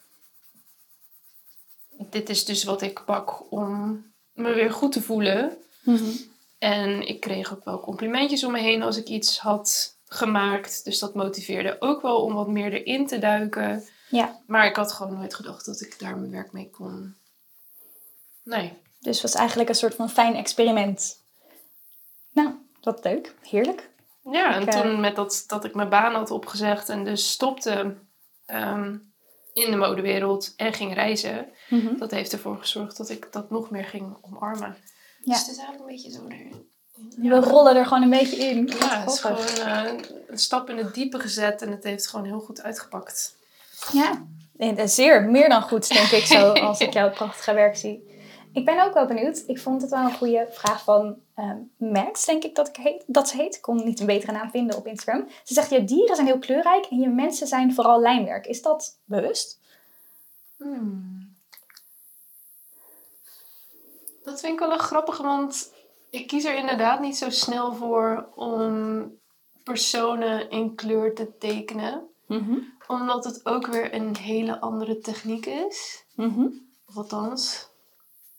dit is dus wat ik pak om me weer goed te voelen. Mm-hmm. En ik kreeg ook wel complimentjes om me heen als ik iets had gemaakt. Dus dat motiveerde ook wel om wat meer erin te duiken. Ja. Maar ik had gewoon nooit gedacht dat ik daar mijn werk mee kon. Nee. Dus het was eigenlijk een soort van fijn experiment. Nou, wat leuk. Heerlijk. Ja, en ik, toen uh... met dat, dat ik mijn baan had opgezegd en dus stopte um, in de modewereld en ging reizen. Mm-hmm. Dat heeft ervoor gezorgd dat ik dat nog meer ging omarmen. Ja. Dus het is eigenlijk een beetje zo er... Ja. We rollen er gewoon een beetje in. Ja, het is gewoon uh, een stap in het diepe gezet en het heeft gewoon heel goed uitgepakt. Ja, zeer, meer dan goed denk ik zo als ik jouw prachtige werk zie. Ik ben ook wel benieuwd. Ik vond het wel een goede vraag van um, Max, denk ik dat, ik heet, dat ze heet. Ik kon niet een betere naam vinden op Instagram. Ze zegt, je dieren zijn heel kleurrijk en je mensen zijn vooral lijnwerk. Is dat bewust? Hmm. Dat vind ik wel een grappige, want ik kies er inderdaad niet zo snel voor om personen in kleur te tekenen. Mm-hmm. Omdat het ook weer een hele andere techniek is. Mm-hmm. Of althans.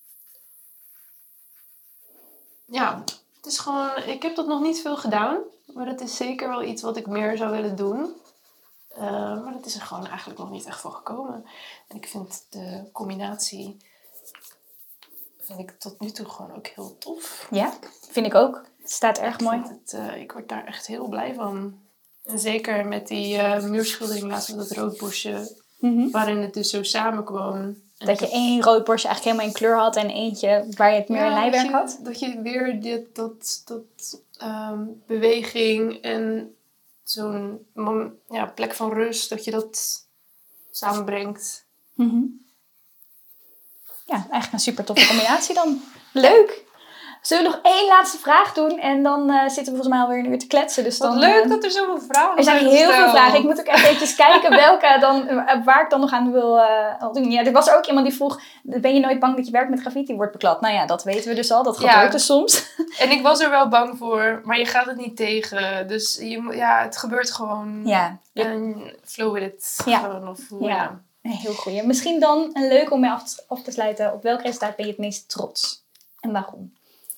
Ja, het is gewoon... Ik heb dat nog niet veel gedaan. Maar dat is zeker wel iets wat ik meer zou willen doen. Uh, maar dat is er gewoon eigenlijk nog niet echt van gekomen. En ik vind de combinatie... vind ik tot nu toe gewoon ook heel tof. Ja, vind ik ook. Het staat erg ik mooi. Het, uh, ik word daar echt heel blij van. En zeker met die uh, muurschildering laatst met dat roodbosje. Mm-hmm. Waarin het dus zo samenkwam. Dat je één rood bosje eigenlijk helemaal in kleur had. En eentje waar je het meer ja, in lijwerk je, had. Dat je weer dit, dat, dat um, beweging en zo'n ja, plek van rust. Dat je dat samenbrengt. Mm-hmm. Ja, eigenlijk een super toffe combinatie dan. Leuk! Zullen we nog één laatste vraag doen? En dan uh, zitten we volgens mij alweer een uur te kletsen. Dus Wat dan, leuk uh, dat er zoveel vragen er zijn. Er zijn heel stel. veel vragen. Ik moet ook echt eventjes kijken welke dan, uh, waar ik dan nog aan wil uh, doen. Ja, er was er ook iemand die vroeg... Ben je nooit bang dat je werk met graffiti wordt beklad? Nou ja, dat weten we dus al. Dat gebeurt ja. dus soms. En ik was er wel bang voor. Maar je gaat het niet tegen. Dus je, ja, het gebeurt gewoon. Ja. En flow with it. Ja. Gewoon, of, ja. ja. Heel goed. Misschien dan een leuk om mee af te, af te sluiten. Op welk resultaat ben je het meest trots? En waarom?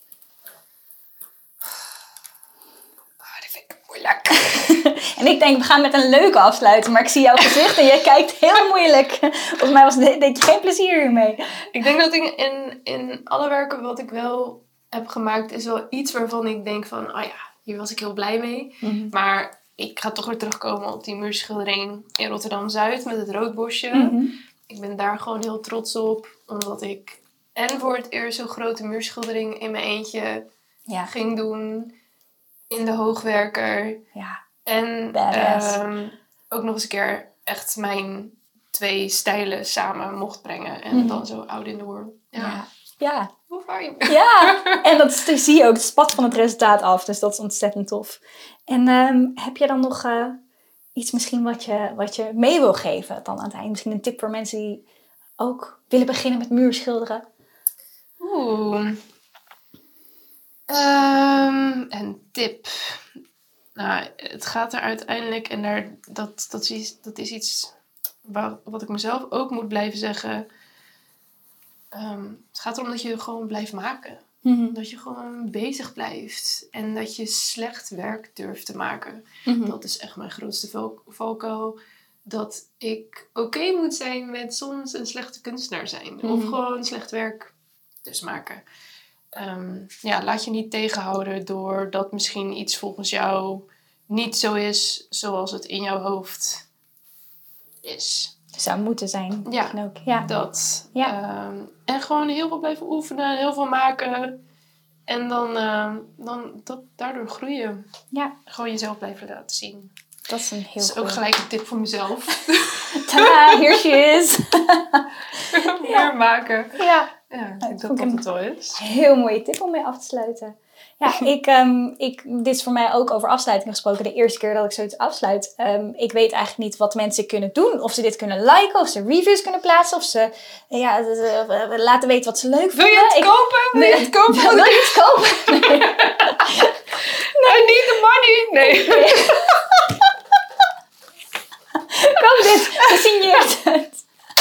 Oh, dat vind ik moeilijk. En ik denk, we gaan met een leuke afsluiten. Maar ik zie jouw gezicht en jij kijkt heel moeilijk. Volgens mij was het, deed je geen plezier hiermee. Ik denk dat ik in, in alle werken wat ik wel heb gemaakt... is wel iets waarvan ik denk van... oh ja, hier was ik heel blij mee. Mm-hmm. Maar... ik ga toch weer terugkomen op die muurschildering in Rotterdam-Zuid met het roodbosje. Mm-hmm. Ik ben daar gewoon heel trots op. Omdat ik en voor het eerst zo'n grote muurschildering in mijn eentje ja. ging doen. In de hoogwerker. Ja. En um, ook nog eens een keer echt mijn twee stijlen samen mocht brengen. En mm-hmm. dan zo out in the world. Ja. ja. Ja. Hoe fijn. Ja, en dat zie je ook. Het spat van het resultaat af. Dus dat is ontzettend tof. En um, heb je dan nog uh, iets misschien wat je, wat je mee wil geven dan aan het eind? Misschien een tip voor mensen die ook willen beginnen met muurschilderen? Oeh. Um, een tip. Nou, het gaat er uiteindelijk... en daar, dat, dat, is, dat is iets waar, wat ik mezelf ook moet blijven zeggen... Um, het gaat erom dat je gewoon blijft maken. Mm-hmm. Dat je gewoon bezig blijft. En dat je slecht werk durft te maken. Mm-hmm. Dat is echt mijn grootste val- valkuil. Dat ik oké okay moet zijn met soms een slechte kunstenaar zijn. Mm-hmm. Of gewoon slecht werk dus maken. Um, ja, laat je niet tegenhouden door dat misschien iets volgens jou niet zo is zoals het in jouw hoofd is. Zou moeten zijn. Ja, ook. Ja. dat. Ja. Um, en gewoon heel veel blijven oefenen, heel veel maken. En dan, uh, dan dat, daardoor groeien. Ja. Gewoon jezelf blijven laten zien. Dat is een heel Dat is ook gelijk een tip voor mezelf. Tada, hier she is. Meer ja. maken. Ja. Ja, ik denk dat dat het wel is. Heel mooie tip om mee af te sluiten. Ja, ik, um, ik, dit is voor mij ook over afsluiting gesproken. De eerste keer dat ik zoiets afsluit. Um, ik weet eigenlijk niet wat mensen kunnen doen. Of ze dit kunnen liken, of ze reviews kunnen plaatsen. Of ze ja, uh, laten weten wat ze leuk vinden. Wil je het ik, kopen? Wil nee, je het kopen? Wil je het kopen? Nee. Nee, I need the money. Nee. nee. Koop dit. Gesigneerd het.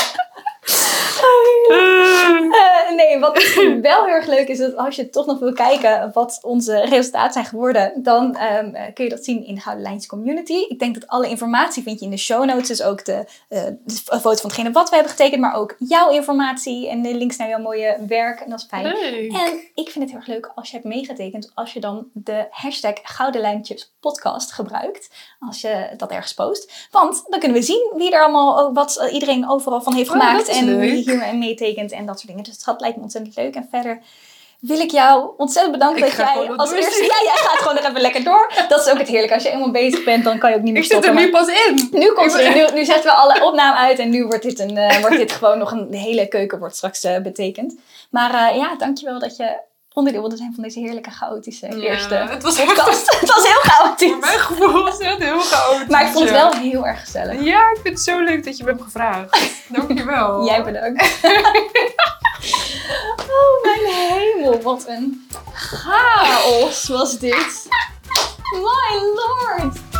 Uh, nee, wat wel heel erg leuk is, dat als je toch nog wil kijken wat onze resultaten zijn geworden, dan um, kun je dat zien in de Gouden Lijntjes Community. Ik denk dat alle informatie vind je in de show notes, dus ook de, uh, de foto van hetgene wat we hebben getekend, maar ook jouw informatie en de links naar jouw mooie werk. En dat is fijn. Leuk. En ik vind het heel erg leuk als je hebt meegetekend, als je dan de hashtag Gouden Lijntjes podcast gebruikt, als je dat ergens post. Want dan kunnen we zien wie er allemaal, wat iedereen overal van heeft oh, gemaakt en leuk. wie hier meetekent en dat soort dingen. Dus dat lijkt me ontzettend leuk. En verder wil ik jou ontzettend bedanken ik dat jij als eerste... Ja, jij gaat gewoon er even lekker door. Dat is ook het heerlijke. Als je eenmaal bezig bent, dan kan je ook niet meer ik stoppen. Ik zit er nu pas in. Nu komt er nu, nu zetten we alle opname uit en nu wordt dit, een, uh, wordt dit gewoon nog een... De hele keuken wordt straks uh, betekend. Maar uh, ja, dankjewel dat je onderdeel wilde zijn van deze heerlijke chaotische ja, eerste het was podcast. Het was heel chaotisch. Voor mijn gevoel was het heel chaotisch. Maar ik vond het wel heel erg gezellig. Ja, ik vind het zo leuk dat je me hebt gevraagd. Dankjewel. Jij bedankt. Oh mijn hemel, wat een chaos was dit. My lord.